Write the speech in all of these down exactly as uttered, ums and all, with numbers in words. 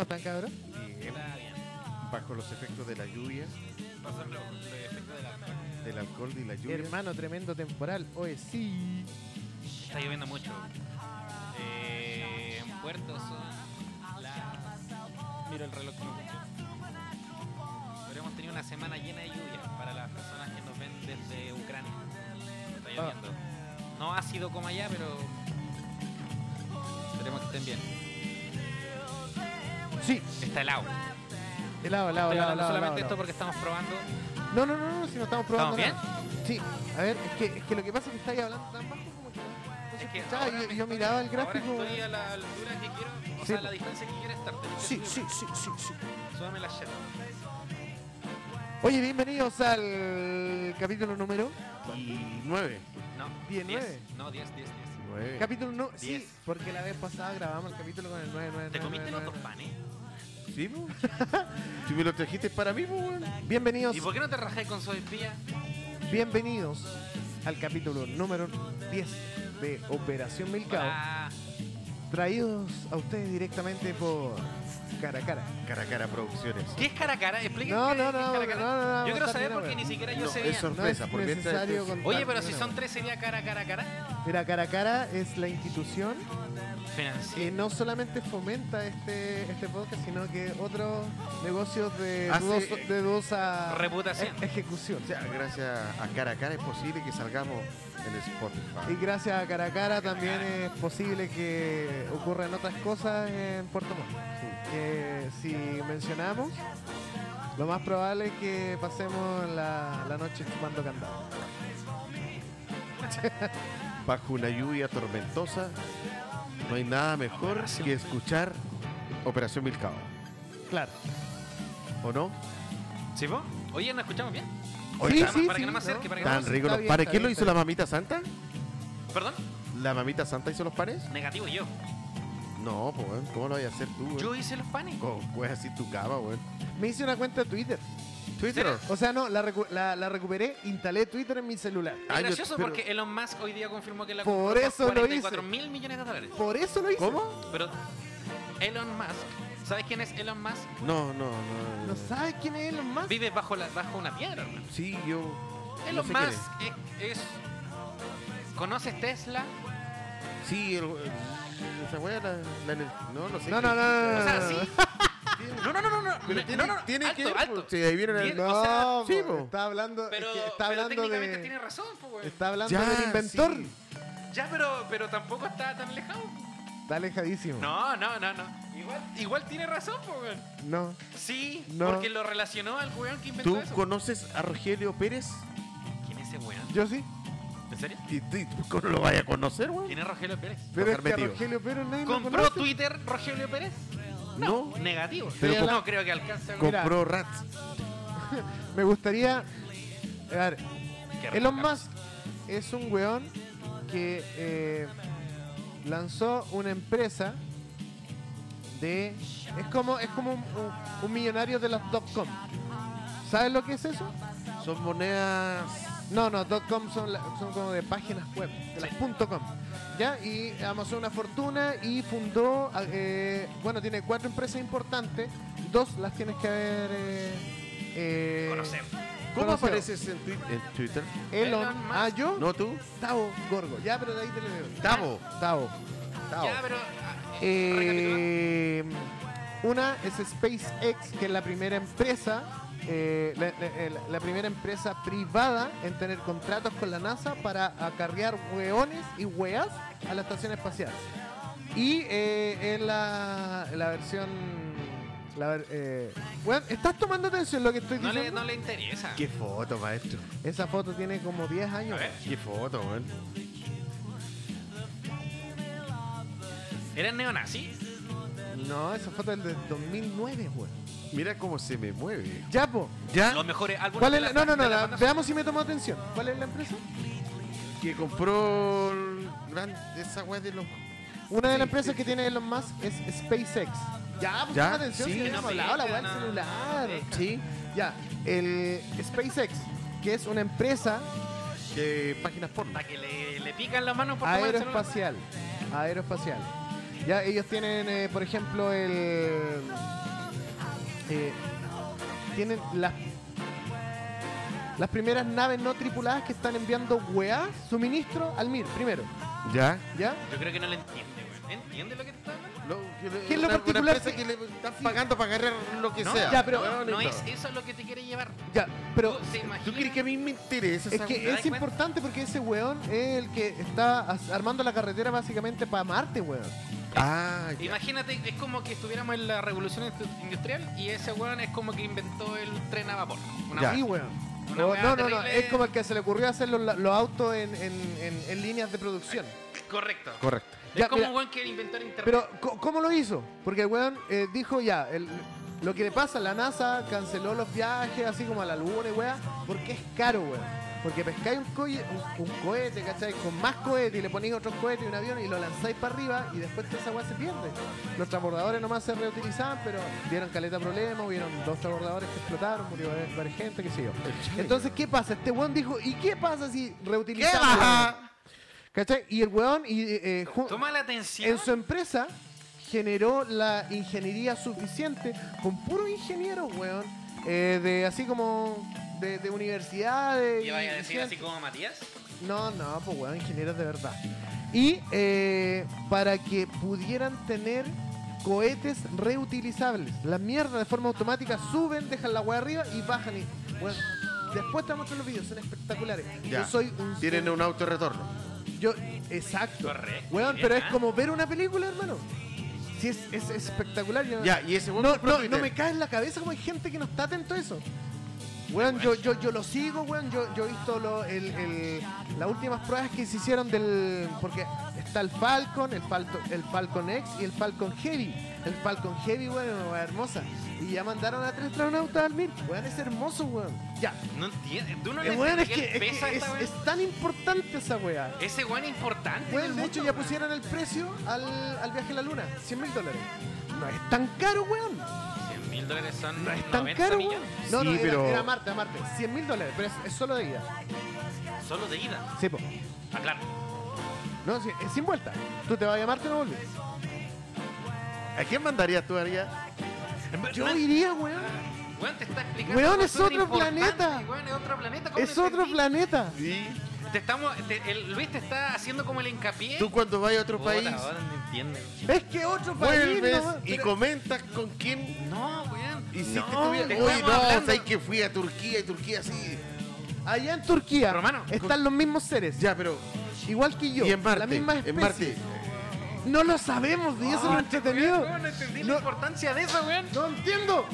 están, cabros? Bien. Está bien. Bajo los efectos de la lluvia, Pasan los, los efectos de la... del alcohol y la lluvia. Hermano, tremendo temporal. Oye, sí. Está lloviendo mucho. Eh, en Puerto son las... Miro el reloj que me escucho. Pero hemos tenido una semana llena de lluvia para las personas que nos ven desde Ucrania. Está lloviendo. No ha sido como allá, pero... Esperemos que estén bien. Sí. Está helado. Helado, helado, Estoy helado, hablando helado, solamente helado. esto porque estamos probando. No, no, no, no, si no estamos probando ¿Estamos nada. Sí, a ver, es que, es que lo que pasa es que estáis hablando tan bajo como que no se Es que escuchaba. ahora Yo, me yo estoy- miraba el gráfico. Ahora estoy a la altura que quiero, o Sí. sea, a la distancia que quiero estar. Tenés que Sí, subir. sí, sí, sí, sí. Súbame la shit. Oye, bienvenidos al capítulo número. Y nueve. No, Diez, diez. nueve. No, diez, diez, diez. Nueve. Capítulo no, sí, Diez. porque la vez pasada grabamos el capítulo con el nueve nueve. ¿Te comiste los dos panes? ¿Sí, po? Si me lo trajiste para mí, pues, weón. Bienvenidos, ¿Y por qué no te rajé con soy espía? bienvenidos al capítulo número diez de Operación Milcao, Ah, traídos a ustedes directamente por Cara a Cara. Cara a cara producciones. ¿qué es cara a cara? Explíqueme. No, qué no, es no, cara a cara. no, no, no, Yo no, quiero no, saber no, porque no, ni siquiera yo no, sé es bien. sorpresa. No es por mientras necesario esto es- contar Oye, pero si ninguna son vez. tres sería cara a cara a cara. Mira, Cara a Cara es la institución que Financiero. no solamente fomenta este este podcast, sino que otros negocios de, Hace- dudoso- de dudosa Reputación. e- ejecución. O sea, gracias a cara a cara es posible que salgamos en Spotify. Y gracias a Cara a Cara también es posible que ocurran otras cosas en Puerto Montt. Que si mencionamos, lo más probable es que pasemos la, la noche chupando candado. Bajo una lluvia tormentosa, no hay nada mejor que escuchar Operación Milcao. Claro. ¿O no? ¿Sí, vos? Oye, ¿nos escuchamos bien? Oye, Sí, tan- sí, para que sí, no me acerque, para que Tan no me rico está los bien, panes. está ¿Quién lo bien, hizo, está la mamita santa? ¿Perdón? ¿La mamita santa hizo los panes? Negativo yo. No, pues, weón, ¿cómo lo voy a hacer tú, weón? Yo hice los panes. ¿Cómo puedes así tu cama, weón? Me hice una cuenta de Twitter. ¿Twitter? ¿Serio? O sea, no, la, recu- la, la recuperé, instalé Twitter en mi celular. Es Ah, yo- gracioso pero- porque Elon Musk hoy día confirmó que la Por compró eso lo cuarenta y cuatro hice. mil millones de dólares. Por eso lo hice. ¿Cómo? Pero Elon Musk, ¿sabes quién es Elon Musk? No, no, no. ¿No sabes quién es Elon Musk? Vive bajo la, bajo una piedra, hermano. Sí, yo. Elon no sé quién Musk es, es- ¿Conoces Tesla? es. Sí, el, el- esa weá, la, la ener- No, no sé. No, qué- no, no, no, O sea, no, sí. Tiene- No, no, no, no, no. Pero no, tiene, no, no, tiene alto, que ver, alto. pues, si ahí viene el. Bien, No, o sea, sí, po, po. está hablando, Pero, es que está pero hablando técnicamente de, tiene razón, pues, güey. está hablando Ya, del inventor. sí. Ya, pero, pero tampoco está tan alejado. Está alejadísimo. No, no, no, no. Igual, igual tiene razón, pues, güey. No. Sí, No. porque lo relacionó al weón que inventó ¿Tú eso. conoces a Rogelio Pérez? ¿Quién es ese weón? Yo sí. ¿En serio? ¿Y tú cómo lo vaya a conocer, weón? ¿Quién es Rogelio Pérez? Pero es que a metido. Rogelio Pérez nadie lo ¿Compró conoce. Twitter Rogelio Pérez? No. Negativo. Pero Pero com- no creo que alcance a Mira. Compró Rats. Me gustaría. A ver, Qué Elon rico, Musk es un weón que eh, lanzó una empresa de. Es como, es como un, un- un millonario de las .com. ¿Sabes lo que es eso? Son monedas. No, no, .com son, la- son como de páginas web, de las Sí. .com. ¿Ya? Y amasó una fortuna y fundó, eh, bueno, tiene cuatro empresas importantes, dos las tienes que haber... Eh, eh, Conocer. ¿Cómo conocido. apareces en, twi- en Twitter? Elon, Elon Musk. ah, yo, ¿No tú? Tavo Gorgo, ya, pero de ahí te lo veo. Tavo. Tavo. Ya, pero. ah, eh, Eh, una es SpaceX, que es la primera empresa, eh, la, la- la primera empresa privada en tener contratos con la NASA para acarrear hueones y hueas a la estación espacial. Y eh, es la, la versión... La, ver- eh, weón, ¿estás tomando atención lo que estoy no, le, diciendo? no le interesa. Qué foto, maestro. Esa foto tiene como diez A años. ver. Qué foto, weón. ¿Eres neonazi? No, esa foto es del dos mil nueve, weón. Mira cómo se me mueve. Ya, po. ¿Ya? Los mejores álbumes. ¿Cuál de es la- la- no, no, no, de la la- banda veamos si me tomó atención. ¿Cuál es la empresa? Que compró el gran, esa weá de los. Una de las Sí, empresas sí, que sí. tiene Elon Musk es SpaceX. Ya, pues Ya, toma atención, sí, si no habíamos pesca, hablado la weá no, del celular. pesca. Sí. Ya, el SpaceX, que es una empresa De páginas porno. Hasta que le, le pican las manos por tomar el celular. aeroespacial. Aeroespacial. Ya ellos tienen, eh, por ejemplo, el... eh, tienen las las primeras naves no tripuladas que están enviando weá, suministro al Mir, primero. ¿Ya? ¿Ya? Yo creo que no lo entiende, weón. ¿Entiende lo que te está hablando? No, que le- ¿Qué es lo una- una particular empresa que- que le están pagando para agarrar lo que No, sea. ya, pero- Weón, y No todo. es eso lo que te quiere llevar. Ya, pero ¿Tú te imaginas? ¿Tú crees que a mí me interesa es esa que ¿Te das es cuenta? importante porque ese weón es el que está as- armando la carretera básicamente para Marte, weón. Ah, ya. Imagínate, es como que estuviéramos en la revolución indu- industrial y ese weón es como que inventó el tren a vapor. Una Ya. weá. Sí, weón. Una O- weá no, no, no, terrible. es como el que se le ocurrió hacer los, los autos en, en, en- en líneas de producción. Correcto. Correcto. Es Ya, como mira, un weón que inventó el internet. Pero, co- ¿cómo lo hizo? Porque el weón eh, dijo ya, el- lo que le pasa, la NASA canceló los viajes así como a la luna y weá, porque es caro, weón. Porque pescáis un, coye- un, un cohete, ¿cachai? Con más cohetes y le ponéis otros cohetes y un avión y lo lanzáis para arriba y después toda esa weá se pierde. Los transbordadores nomás se reutilizaban, pero dieron caleta problemas, hubieron dos transbordadores que explotaron, murió varias varias gente, qué sé yo. Entonces, ¿qué pasa? Este weón dijo, ¿y qué pasa si ¿Qué reutilizamos? baja? ¿Cachai? Y el weón y, eh, ju- Toma la atención. en su empresa generó la ingeniería suficiente con puros ingenieros, weón, eh, de así como de, de universidades. ¿Y vaya a y decir gente- así como Matías? No, no, pues weón, ingenieros de verdad. Y eh, para que pudieran tener cohetes reutilizables. La mierda de forma automática suben, dejan la weá arriba y bajan. Y, weón, después te muestro los videos, son espectaculares. Ya. Yo soy un... Tienen un auto de retorno. Yo, exacto. Correcto. Weón, Bien, pero es ¿ah? como ver una película, hermano. Sí, es, es espectacular. Yo- Ya, y ese weón no, compró no, Twitter. no me cae en la cabeza como hay gente que no está atento a eso. Weón, yo, yo, yo lo sigo, weón. Yo, yo he visto lo, el, el- las últimas pruebas que se hicieron del. Porque está el Falcon, el, Falto, el Falcon X y el Falcon Heavy. El Falcon Heavy, weón, es una weá hermosa. Y ya mandaron a tres astronautas al Mir. Weón, es hermoso, weón. Ya. No entiendes. Tú no le Eh, weón, es entiendes que, qué es, pesa que es, esta weá. es tan importante esa weá. Ese weón es importante. en Weón, el de hecho mundo, ya weón. pusieron el precio al, al viaje a la luna. cien mil dólares. No es tan caro, weón. cien mil dólares son No es tan noventa caro, weón. millones. No, no, Sí, era, pero- era Marte, a Marte. cien mil dólares, pero es, es solo de ida. Solo de ida. Sí, po. Ah, claro. No, sí, es sin vuelta. Tú te vas a Marte y no volvés. ¿A quién mandarías tú, Aria? Yo No, iría, weón. weón, te está explicando. Weón, algo es otro superimportante, planeta. Weón, es otro planeta. ¿cómo Es no otro entendí? planeta. Sí. Te estamos, te- el Luis te está haciendo como el hincapié. Tú cuando vayas a otro Puta, país, ahora no entienden. Es que otro país, vuelves no, y pero- comentas con quién No, weón. hiciste no, tu vida. te Uy, estamos no, hablando- sabes que fui a Turquía y Turquía sí. Allá en Turquía Romano, están los mismos seres. Ya, pero. Igual que yo. y en Marte. La misma especie. En Marte. No lo sabemos, y eso es lo Weón, entretenido. No, no entendí No. la importancia de eso, weón. No entiendo.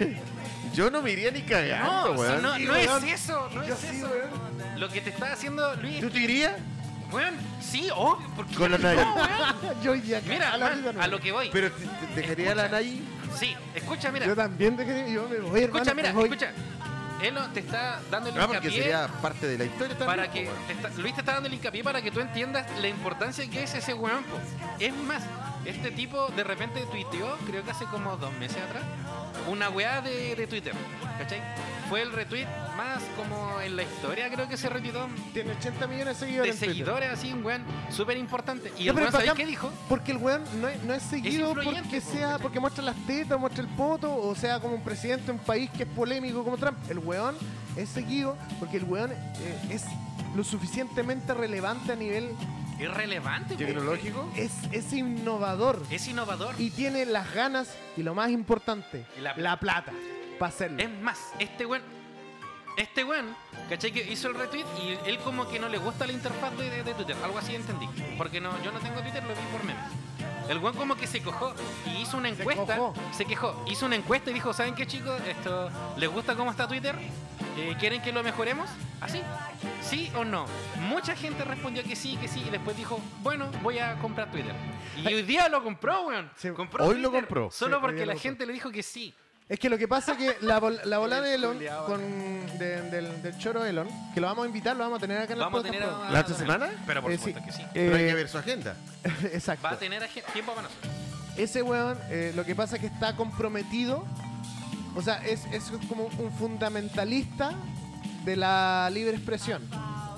Yo no me iría ni cagando, No, si weón. no, Sí, no weón. es eso, no Yo es sí, eso. weón. Lo que te está haciendo Luis, ¿Tú te irías? weón, sí, obvio, porque Con la no, Naya. weón. Yo iría acá Mira, a la weón, vida, no. a lo que voy. Pero te, te dejaría a la Nayi. Sí, escucha, mira. Yo también dejaría, yo me voy, hermano. Escucha, mira, me voy. escucha. Él te está dando el No, porque hincapié sería parte de la historia también. para po, que weón. te está- Luis te está dando el hincapié para que tú entiendas la importancia que es ese weón, po. Es más, este tipo de repente tuiteó, creo que hace como dos meses atrás, una weá de, de Twitter, ¿cachai? Fue el retweet más como en la historia, creo que se retuitó, Tiene ochenta millones de de seguidores. en Twitter. seguidores así, un weón súper importante. Y No, el pero weón, es ¿sabéis bacán, qué dijo? Porque el weón no es, no es seguido influyente, porque po, sea ¿cachai? porque muestra las tetas, muestra el poto, o sea como un presidente de un país que es polémico como Trump. El weón es seguido porque el weón eh, es lo suficientemente relevante a nivel. Es relevante, po. ¿Tecnológico? Es, es innovador Es innovador. y tiene las ganas y lo más importante, Y la la, plata para hacerlo. Es más, este weón, este weón, ¿cachai? Que hizo el retweet y él como que no le gusta la interfaz de, de- de Twitter, algo así entendí. Porque no, yo no tengo Twitter, lo vi por memes. El weón como que se cojó y hizo una Se encuesta. cojó. Se quejó. Hizo una encuesta y dijo, ¿saben qué, chicos? Esto, ¿les gusta cómo está Twitter? Eh, ¿Quieren que lo mejoremos? ¿Así? ¿Sí o no? Mucha gente respondió que sí, que sí, y después dijo, bueno, voy a comprar Twitter. Y hoy día lo compró, weón. Sí. Compró Hoy lo Twitter compró. Sí, Solo hoy porque día lo la compró. gente le dijo que sí. Es que lo que pasa es que la, vol- la bola de Elon, Culeado. con, de- del, del choro Elon, que lo vamos a invitar, lo vamos a tener acá en el Vamos a podcast. tener pronto. a- ¿La otra semana? Pero por Eh, supuesto sí. que sí. Pero hay Eh, que ver su agenda. Exacto. Va a tener agen- tiempo para nosotros. Ese weón, eh, lo que pasa es que está comprometido, o sea, es, es como un fundamentalista de la libre expresión.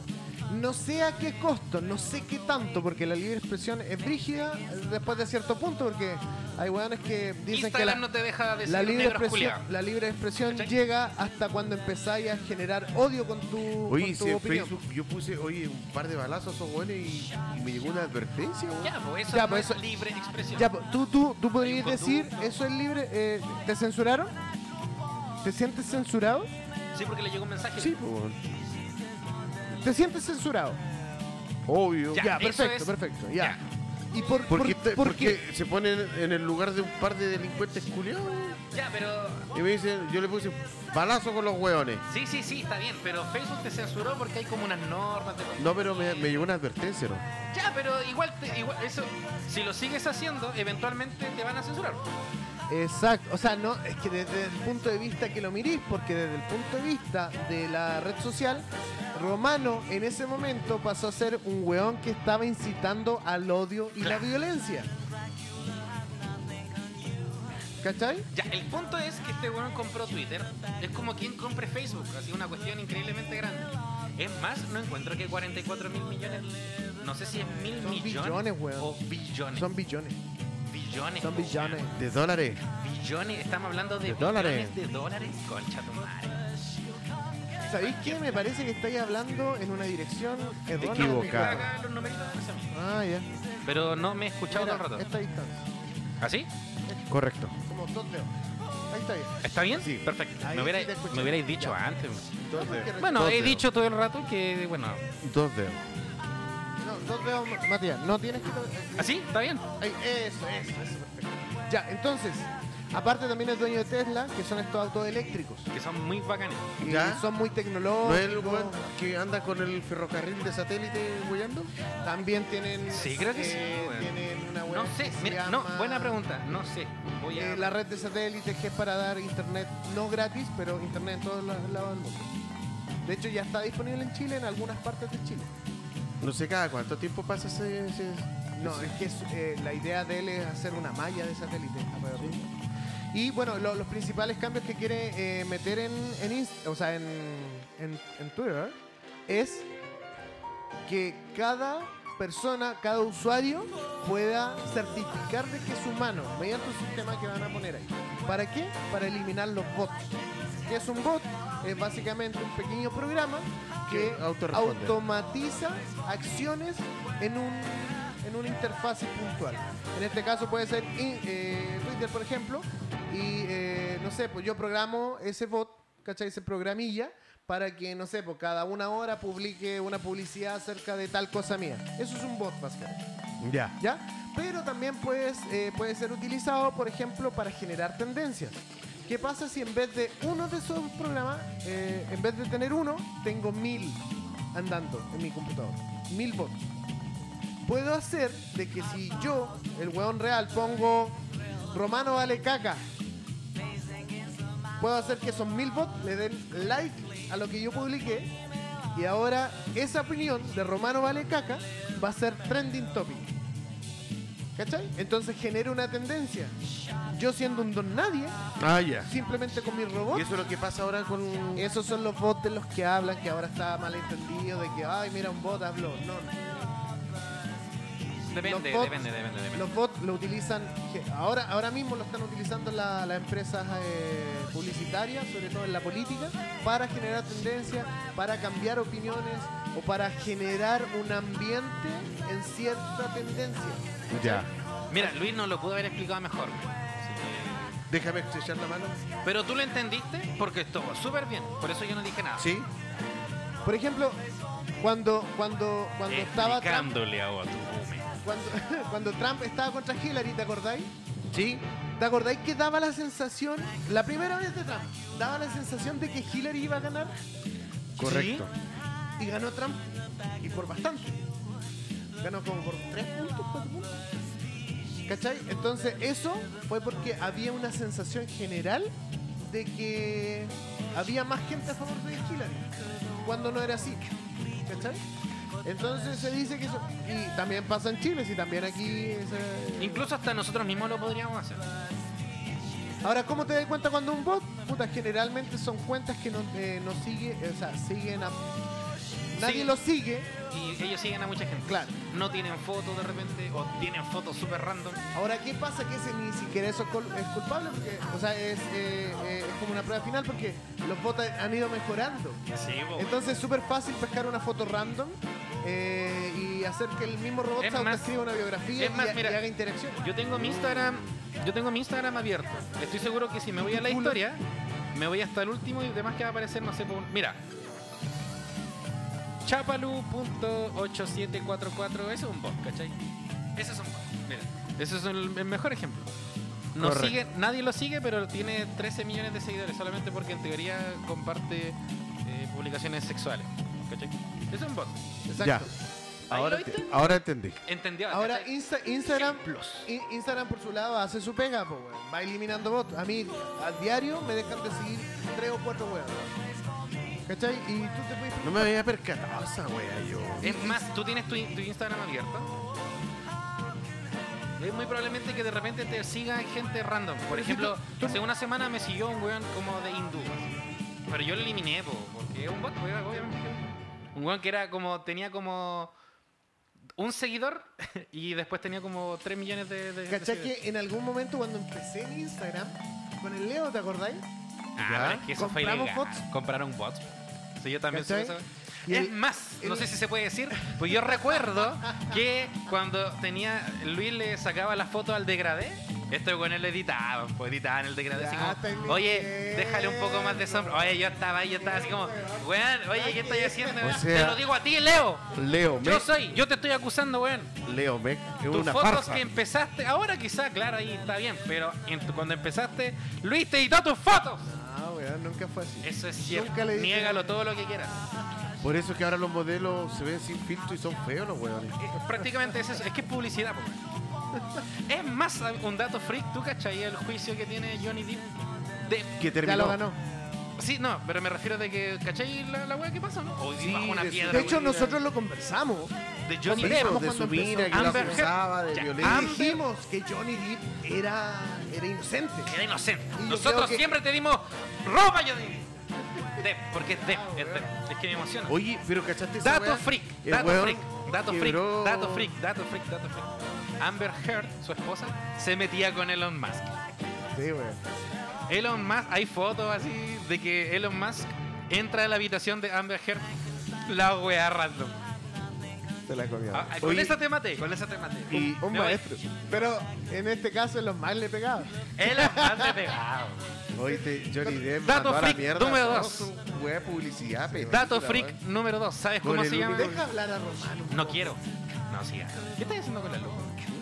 No sé a qué costo, no sé qué tanto, porque la libre expresión es brígida después de cierto punto, porque hay weones que dicen que la, Instagram no te deja decir la libre negros expresión, culiados. la libre expresión ¿Cachai? llega hasta cuando empezáis a generar odio con tu, Oye, con tu si en opinión. Facebook yo puse, oye, un par de balazos a esos buenos y, y me llegó una advertencia, weón. Ya, pues eso Ya, no pues es eso- libre expresión. Ya, po, tú, tú, tú podrías un decir, conducto. eso es libre, eh, ¿te censuraron? ¿Te sientes censurado? Sí, porque le llegó un mensaje. Sí, pues, weón. ¿Te sientes censurado? Obvio. Ya, Ya, eso perfecto, es- perfecto, ya. ya. ¿Y por, Porque, por- te- por porque qué? se ponen en el lugar de un par de delincuentes culiados. Ya, pero... Y me dicen, yo le puse balazo con los hueones. Sí, sí, sí, está bien, pero Facebook te censuró porque hay como unas normas de... No, pero me, me llegó una advertencia, ¿no? Ya, pero igual, te- igual eso, si lo sigues haciendo, eventualmente te van a censurar. Exacto, o sea, no, es que desde el punto de vista que lo mirís, porque desde el punto de vista de la red social, Romano en ese momento pasó a ser un weón que estaba incitando al odio y la Claro. violencia. ¿Cachai? Ya, el punto es que este weón compró Twitter. Es como quien compre Facebook, así una cuestión increíblemente grande. Es más, no encuentro que cuarenta y cuatro mil millones. No sé si es mil Son millones billones, weón. o billones. Son billones. billones. Son po, billones. weón. De dólares. Billones, estamos hablando de, De billones dólares. de dólares. Concha tu madre. ¿Sabéis qué? Me parece que estáis hablando en una dirección errónea. Equivocada. Acá los numeritos no se me- Ah, ya. Pero no me he escuchado Mira, todo el rato. esta distancia. ¿Así? Correcto. Como dos dedos. Ahí está bien. ¿Está bien? Sí. Perfecto. Ahí Me, hubiera- sí te escuché. me hubierais dicho Ya. antes. Dos Porque dedos. Bueno, Dos he dedos. dicho todo el rato que, bueno. Dos dedos. No, dos dedos, Matías. No tienes que... ¿Así? ¿Está bien? Ahí, eso, eso, eso, perfecto. Ya, entonces, aparte también es dueño de Tesla, que son estos autos eléctricos. Que son muy bacanes. Y ¿Ya? son muy tecnológicos. ¿No es el weón que anda con el ferrocarril de satélite huellando? También tienen... Sí, creo que sí, eh, weón. Tienen una web No que sé, se mira, no, llama, buena pregunta. No sé. Voy a. eh, la red de satélites que es para dar internet no gratis, pero internet en todos los lados del mundo. De hecho, ya está disponible en Chile, en algunas partes de Chile. No sé cada cuánto tiempo pasa ese... ese- No, es que es, eh, la idea de él es hacer una malla de satélites alrededor del mundo. Y bueno, lo- los principales cambios que quiere eh, meter en, en, Inst- o sea, en, en- en Twitter es que cada persona, cada usuario pueda certificar de que es humano mediante un sistema que van a poner ahí. ¿Para qué? Para eliminar los bots. ¿Qué es un bot? Es básicamente un pequeño programa que Que autorresponde. automatiza acciones en un en una interfaz puntual. En este caso puede ser in- eh, Twitter, por ejemplo, y eh, no sé, pues yo programo ese bot, ¿cachai? Ese programilla para que, no sé, pues cada una hora publique una publicidad acerca de tal cosa mía. Eso es un bot, básicamente. Ya. ¿Ya? Pero también puedes, eh, puede ser utilizado, por ejemplo, para generar tendencias. ¿Qué pasa si en vez de uno de esos programas, eh, en vez de tener uno, tengo mil andando en mi computador? Mil bots. Puedo hacer de que si yo, el hueón real, pongo Romano vale caca, puedo hacer que esos mil bots le den like a lo que yo publiqué y ahora esa opinión de Romano vale caca va a ser trending topic. ¿Cachai? Entonces genera una tendencia. Yo siendo un don nadie, Ah, ya. simplemente con mi robot. Y eso es lo que pasa ahora con... Esos son los bots de los que hablan, que ahora está mal entendido, de que, ay, mira, un bot habló. No, no. Depende, los bots- depende, depende, depende. Los bots lo utilizan, que ahora, ahora mismo lo están utilizando la- las empresas eh, publicitarias, sobre todo en la política, para generar tendencias, para cambiar opiniones o para generar un ambiente en cierta tendencia. Ya. Mira, Luis nos lo pudo haber explicado mejor. Así que- Déjame estrechar la mano. Pero tú lo entendiste porque estuvo súper bien. Por eso yo no dije nada. Sí. Por ejemplo, cuando, cuando, cuando estaba Trump, Explicándole a tu boomer. cuando, cuando Trump estaba contra Hillary, ¿te acordáis? Sí. ¿Te acordáis que daba la sensación, la primera vez de Trump, daba la sensación de que Hillary iba a ganar? Correcto. Y ganó Trump. Y por bastante. Ganó como por tres puntos, cuatro puntos. ¿Cachai? Entonces eso fue porque había una sensación general de que había más gente a favor de Hillary. Cuando no era así. ¿Cachai? Entonces se dice que eso... Y también pasa en Chile, si también aquí... se- Incluso hasta nosotros mismos lo podríamos hacer. Ahora, ¿cómo te das cuenta cuando un bot? Puta, generalmente son cuentas que no, eh, no sigue, o sea, siguen a- nadie Sí. lo sigue, Y ellos siguen a mucha gente. claro. No tienen fotos de repente, o tienen fotos súper random. Ahora, ¿qué pasa? Que ese ni siquiera eso es cul- es culpable, porque, o sea, es, eh, eh, es como una prueba final, porque los bots han ido mejorando. Sí, po. Entonces es súper fácil pescar una foto random eh, y hacer que el mismo robot Es se más- escriba una biografía es más, y, mira, y haga interacción. Yo tengo mi Instagram, yo tengo mi Instagram abierto. Estoy seguro que si me voy a la Culo. historia, me voy hasta el último y demás que va a aparecer, no sé, por... mira. chapalu punto ocho siete cuatro cuatro, ese es un bot, ¿cachai? Ese es un bot. Mira, ese es el, el mejor ejemplo. No Correcto. sigue, nadie lo sigue, pero tiene trece millones de seguidores solamente porque en teoría comparte eh, publicaciones sexuales, ¿cachai? Ese es un bot. Exacto. Ya. ¿Ahí Ahora, lo te- viste? ahora entendí. Entendió. Ahora ¿cachai? Insta- Instagram, Ejemplos. In- Instagram por su lado hace su pega, po, weón. Va eliminando bots. A mí al diario me dejan de seguir tres o cuatro weón. ¿Cachai? Y tú te puedes No me había percatado esa wea yo. Es más, tú tienes tu, tu Instagram abierto. Es muy probablemente que de repente te siga gente random. Por Pero si ejemplo, tú- tú- hace una semana me siguió un weón como de hindú. Pero yo lo eliminé, po, porque es un bot, weón, obviamente. Un weón que era como, tenía como un seguidor y después tenía como tres millones de, de, de ¿Cachai seguidores. que en algún momento cuando empecé en Instagram con el Leo, ¿te acordáis? Ah, ¿Ya? pero es que eso fue ¿Compramos ilegal. bots? Compraron bots. Sí, yo también ¿Cachai? sé eso. Y Es el- más, no el- sé si se puede decir, pues yo recuerdo que cuando tenía Luis le sacaba la foto al degradé, esto con él lo editaban, pues editaban el degradé así Ya, estáis como, oye, mintiendo. déjale un poco más de sombra. Oye, yo estaba ahí, yo estaba así como, weón, oye, ¿qué estoy haciendo? O weón? sea- Te lo digo a ti, Leo. Leo Yo Mec. soy, yo te estoy acusando, weón. Leo Mec es Tus una fotos farsa. que empezaste, ahora quizá, claro, ahí está bien, pero en tu- cuando empezaste, Luis te editó tus fotos. Ah, weón, nunca fue así. Eso es cierto. Nunca le dije- Niégalo todo lo que quieras. Por eso es que ahora los modelos se ven sin filtro y son feos los weones. Eh, Prácticamente es eso. Es que es publicidad, po, weón. Es más, un dato freak, ¿tú cachai el juicio que tiene Johnny Depp? De... Que terminó. Ya lo ganó. Sí, no, pero me refiero de que, ¿cachai la, la weá que pasa, no? O Sí, bajo una de- piedra. De hecho, weón, nosotros lo conversamos. de Johnny Sí, Depp. pues, de cuando su empezó. mina que la Amber Heard. acusaba de Ya, violencia. Amber- Dijimos que Johnny Depp era, era inocente. Era inocente. Y yo Nosotros creo que- siempre te dimos ropa, Johnny Depp. Porque es Depp, es Depp. Es que me emociona. Oye, pero ¿cachaste esa Dato weá? freak, El dato weón freak, dato freak, quebró- dato freak, dato freak, dato freak. Amber Heard, su esposa, se metía con Elon Musk. Sí, weón. Elon Musk, hay fotos así de que Elon Musk entra a la habitación de Amber Heard, la wea random. Se la comió. Ah, con Oye. esa te maté, con esa te maté. Y- Un Me voy. maestro. Pero en este caso, en los más le pegaba. Elon Musk te pegado. Oíste, Johnny Depp Dato mandó a la freak mierda. número toda dos. su weá de publicidad, pero Dato la freak weá. número dos, ¿sabes Con cómo el se llama? único- Deja hablar a Romano. un No poco. quiero. No, siga. ¿Qué estás haciendo con la luz?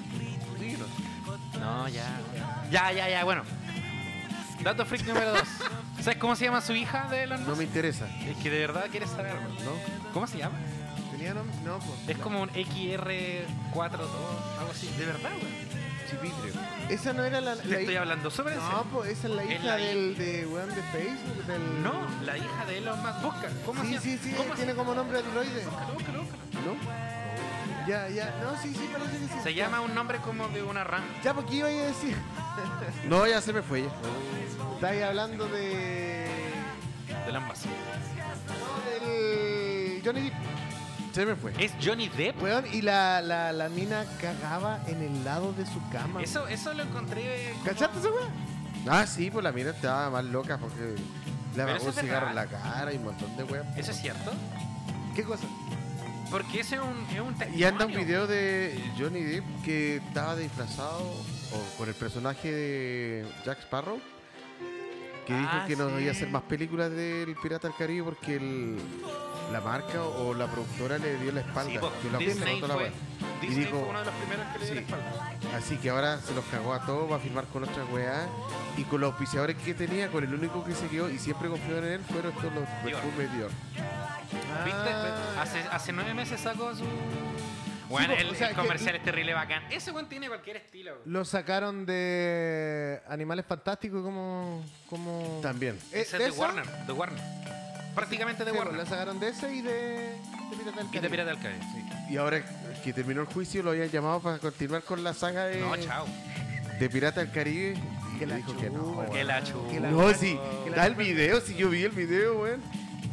No, ya. Ya, ya, ya, bueno. Dato freak número dos. ¿Sabes cómo se llama su hija de Elon Musk? No me interesa, Es que de verdad quieres saber, ¿no? ¿no? ¿Cómo se llama? ¿Tenía nombre? No, pues. Es como un X R cuarenta y dos, algo así. De verdad, güey. Chipitrio. Esa no era la. Te la estoy hija- hablando sobre No, eso. pues esa es la Es hija la del de weón de Facebook. Del... No, la hija de Elon Musk. Busca. ¿Cómo se Sí, llama? sí, sí, ¿Cómo tiene se como nombre androide. Búscalo, búscalo, búscalo. ¿No? Ya, ya. No, sí, sí, parece que sí. Se llama un nombre como de una RAM. Ya, porque iba a decir. No, ya se me fue ya. Estáis hablando de. De Elon Musk. No, del. Johnny Depp. Se me fue. ¿Es Johnny Depp? Weón, y la, la, la mina cagaba en el lado de su cama. Eso, eso lo encontré. como- ¿Cachaste esa weón? Ah, sí, pues la mina estaba más loca porque le Pero apagó eso un es cigarro en la verdad. cara y un montón de weas. ¿Eso es cierto? ¿Qué cosa? Porque ese es un, es un testimonio. Y anda un video de Johnny Depp que estaba disfrazado o con el personaje de Jack Sparrow, que dijo Ah, que no sí. iba a hacer más películas del Pirata del Caribe porque el- la marca o la productora le dio la espalda. Sí, po, que lo Disney, acusó toda la fue, wea. Disney dijo- fue uno de los primeros que le dio la Sí. espalda. Así que ahora se los cagó a todos, va a firmar con otras weas y con los auspiciadores que tenía, con el único que se quedó y siempre confió en él, fueron estos los Dior. perfumes Dior. ¿Viste? Ah. Hace, hace nueve meses sacó su. Bueno, po, el, o sea, el que- comercial es terrible bacán. Ese weón tiene cualquier estilo. weón. Lo sacaron de Animales Fantásticos como... como... También. Eh, Ese es de esa? Warner, de Warner. Prácticamente de Sí, pues, Warner. la sacaron de ese y de, de Piratas del Y de Caribe. Pirata del Caribe, sí. Y ahora que terminó el juicio lo habían llamado para continuar con la saga de, No, chao. de Pirata del Caribe. Y Que le la dijo que no. chupa, Que weón. la chupa. Que la- No, sí, que la da el chupa. video, si yo vi el video, weón.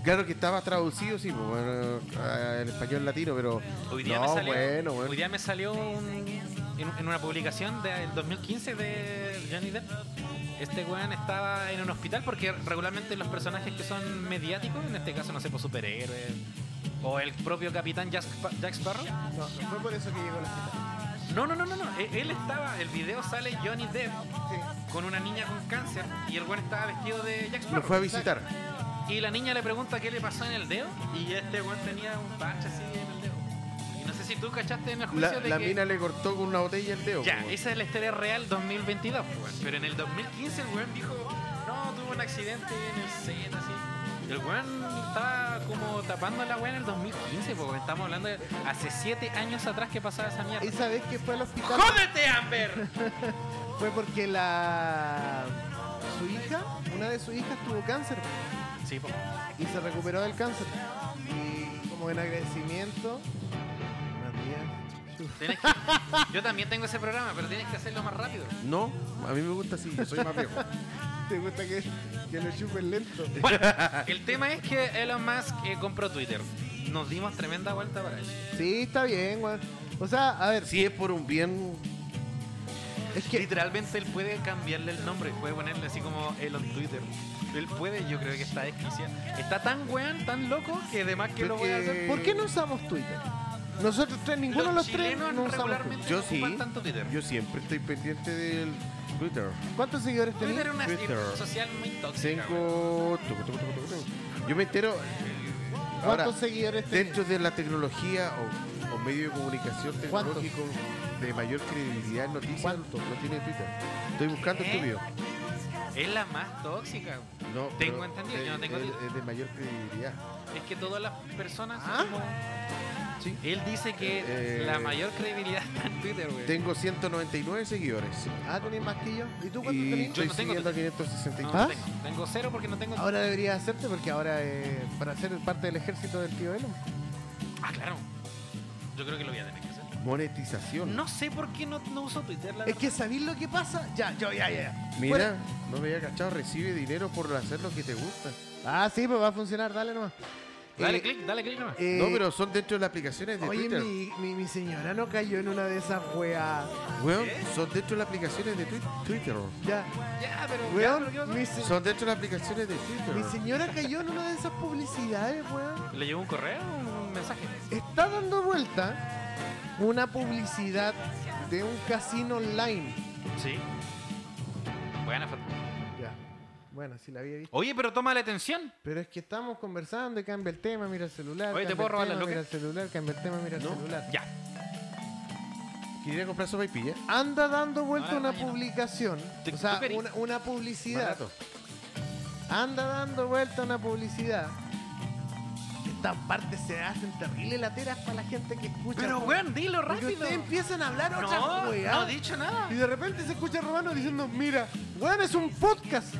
Claro que estaba traducido, sí, pues, bueno, en español latino, pero. Hoy día, no, me, salió, bueno, bueno. hoy día me salió un- en, en una publicación del dos mil quince de Johnny Depp. Este weón estaba en un hospital porque regularmente los personajes que son mediáticos, en este caso, no sé, por superhéroes, o el propio capitán Jack, Spa- Jack Sparrow. No, no fue por eso que llegó al hospital. No, no, no, no, no. e- Él estaba, el video sale Johnny Depp Sí. con una niña con cáncer y el weón estaba vestido de Jack Lo Sparrow. fue a visitar. Y la niña le pregunta qué le pasó en el dedo y este weón tenía un parche así en el dedo. Y no sé si tú cachaste en el juicio La, de la que... mina le cortó con una botella el dedo. Ya, pues. esa es la historia real dos mil veintidós, pues, weón. Pero en el dos mil quince el weón dijo, no, tuve un accidente en el set, así. Y el weón estaba como tapando la weá en el dos mil quince, pues, weón. Estamos hablando de hace siete años atrás que pasaba esa mierda. Esa vez que fue al hospital ¡Jódete, Amber! fue porque la su hija, una de sus hijas tuvo cáncer Sí, pues. y se recuperó del cáncer. Y como en agradecimiento, Matías, Tienes que... Yo también tengo ese programa, pero tienes que hacerlo más rápido. No, a mí me gusta así, yo soy más viejo. ¿te gusta que, que lo chupen lento? Bueno, el tema es que Elon Musk eh, compró Twitter. Nos dimos tremenda vuelta para eso. Sí, está bien, weón. O sea, a ver, Si es por un bien. es que Literalmente él puede cambiarle el nombre, puede ponerle así como Elon Twitter. Él puede, yo creo que está desquiciado. Está tan weón, tan loco, que además que Creo lo voy a que- hacer. ¿por qué no usamos Twitter? Nosotros tres, ninguno de los tres chilenos no usamos regularmente Twitter. Yo sí. ocupan tanto Twitter. Yo siempre estoy pendiente del Twitter. ¿Cuántos seguidores Twitter tenés? es una Twitter. red social muy tóxica. weón. Tengo. tucu, tucu, tucu, tucu, tucu. Yo me entero. Ahora, ¿Cuántos seguidores tenés? dentro de la tecnología o, o medio de comunicación ¿Cuántos? tecnológico de mayor credibilidad en noticias, ¿Cuántos? no tiene Twitter. Estoy buscando ¿Qué? estúpido. Es la más tóxica. No, Tengo pero entendido, es- yo no tengo es, Twitter. es de mayor credibilidad. Es que todas las personas son ¿Ah? como- Sí. Él dice que Eh, la mayor credibilidad está en Twitter, güey. Tengo ciento noventa y nueve seguidores. Ah, tenés más que yo. ¿Y tú cuántos Y tenés? estoy no tengo siguiendo a Twitter. quinientos sesenta y No, tres. ¿Ah? no tengo. Tengo cero porque no tengo. Ahora deberías hacerte porque ahora eh, para ser parte del ejército del tío Elon. Ah, claro. Yo creo que lo voy a tener que hacer. Monetización. No sé por qué no, no uso Twitter, la Es verdad. que ¿sabéis lo que pasa? Ya, yo, ya, ya. ya. Mira, Fuera- no me había cachado, recibe dinero por hacer lo que te gusta. Ah, sí, pues va a funcionar, dale nomás. Dale Eh, clic, dale clic nomás. eh, no, pero son dentro de las aplicaciones de Oye, Twitter. mi, mi, mi señora no cayó en una de esas weas. Weón, ¿Qué? son dentro de las aplicaciones de Twi- Twitter. Ya. Ya, pero. ya, Weón, pero ¿qué pasó? mi, se- Son dentro de las aplicaciones de Twitter. mi señora cayó en una de esas publicidades, weón. ¿Le llegó un correo o un mensaje? Está dando vuelta una publicidad de un casino online. Sí. Buena foto. Ya. Bueno, sí la había visto. Oye, pero toma la atención. Pero es que estamos conversando y cambia el tema, mira el celular. Oye, ¿te cambia puedo el robar tema, las Mira el lucas? celular, cambia el tema, mira el No. celular. Ya. Quería comprar sopa y pilla. Anda dando vuelta No, la una verdad, ya no. publicación. ¿Tú- O sea, tú querís? una, una publicidad. Barato. Anda dando vuelta una publicidad. Estas partes se hacen terrible lateras para la gente que escucha. Pero, po. weón, dilo Porque rápido. ustedes empiezan a hablar otra No, weá. no he dicho nada. Y de repente se escucha a Romano diciendo, mira, weón, es un podcast.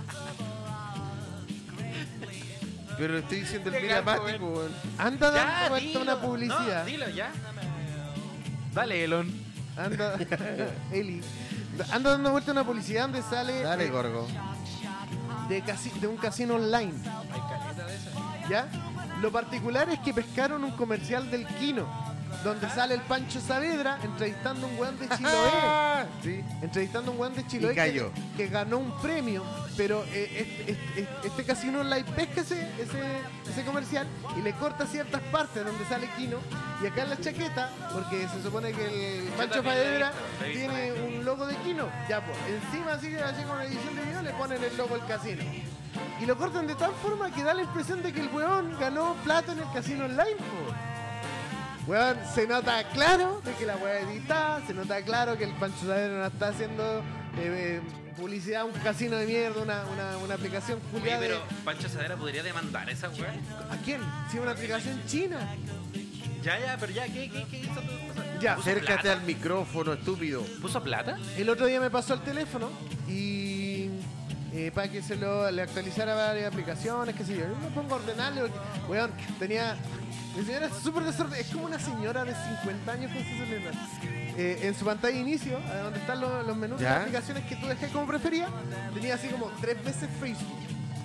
Pero estoy diciendo el Qué miramático, gancho, weón. Anda Ya, dando vuelta dilo. una publicidad. No, dilo ya. Dale, Elon. Anda, Eli. Anda dando vuelta una publicidad donde sale Dale, eh, Gorgo. de, casi- de un casino online. Hay caleta de esa. ¿Ya? Lo particular es que pescaron un comercial del Kino, donde sale el Pancho Saavedra entrevistando a un weón de Chiloé. Sí. Entrevistando a un weón de Chiloé Y cayó. que, que ganó un premio, pero eh, este, este- este- este casino online pesca ese, ese, ese comercial y le corta ciertas partes donde sale Kino. Y acá en la chaqueta, porque se supone que el Yo Pancho también lo he Saavedra visto, lo he visto. tiene un logo de Kino. Ya, pues, encima así, así con la edición de video le ponen el logo del casino. Y lo cortan de tal forma que da la impresión de que el weón ganó plata en el casino online, po. Weón, se nota claro de que la weá es editada, se nota claro que el Pancho Saavedra no está haciendo eh, eh, publicidad a un casino de mierda, una, una, una aplicación Oye, culiada de... pero Pancho Sadera podría demandar esa weá. ¿A quién? Si es una aplicación china. Ya, ya, pero ya, ¿qué, qué, qué hizo tu cosa? Ya, ¿Puso Acércate plata? al micrófono, estúpido. ¿Puso plata? El otro día me pasó el teléfono y eh, para que se lo le actualizara varias aplicaciones, qué sé yo. Yo me pongo a ordenarle porque, weón, tenía. Mi señora es súper desordenada, es como una señora de cincuenta años con su celular. Eh, en su pantalla de inicio, eh, donde están los, los menús de ¿Ya? las aplicaciones que tú dejé como prefería, tenía así como tres veces Facebook.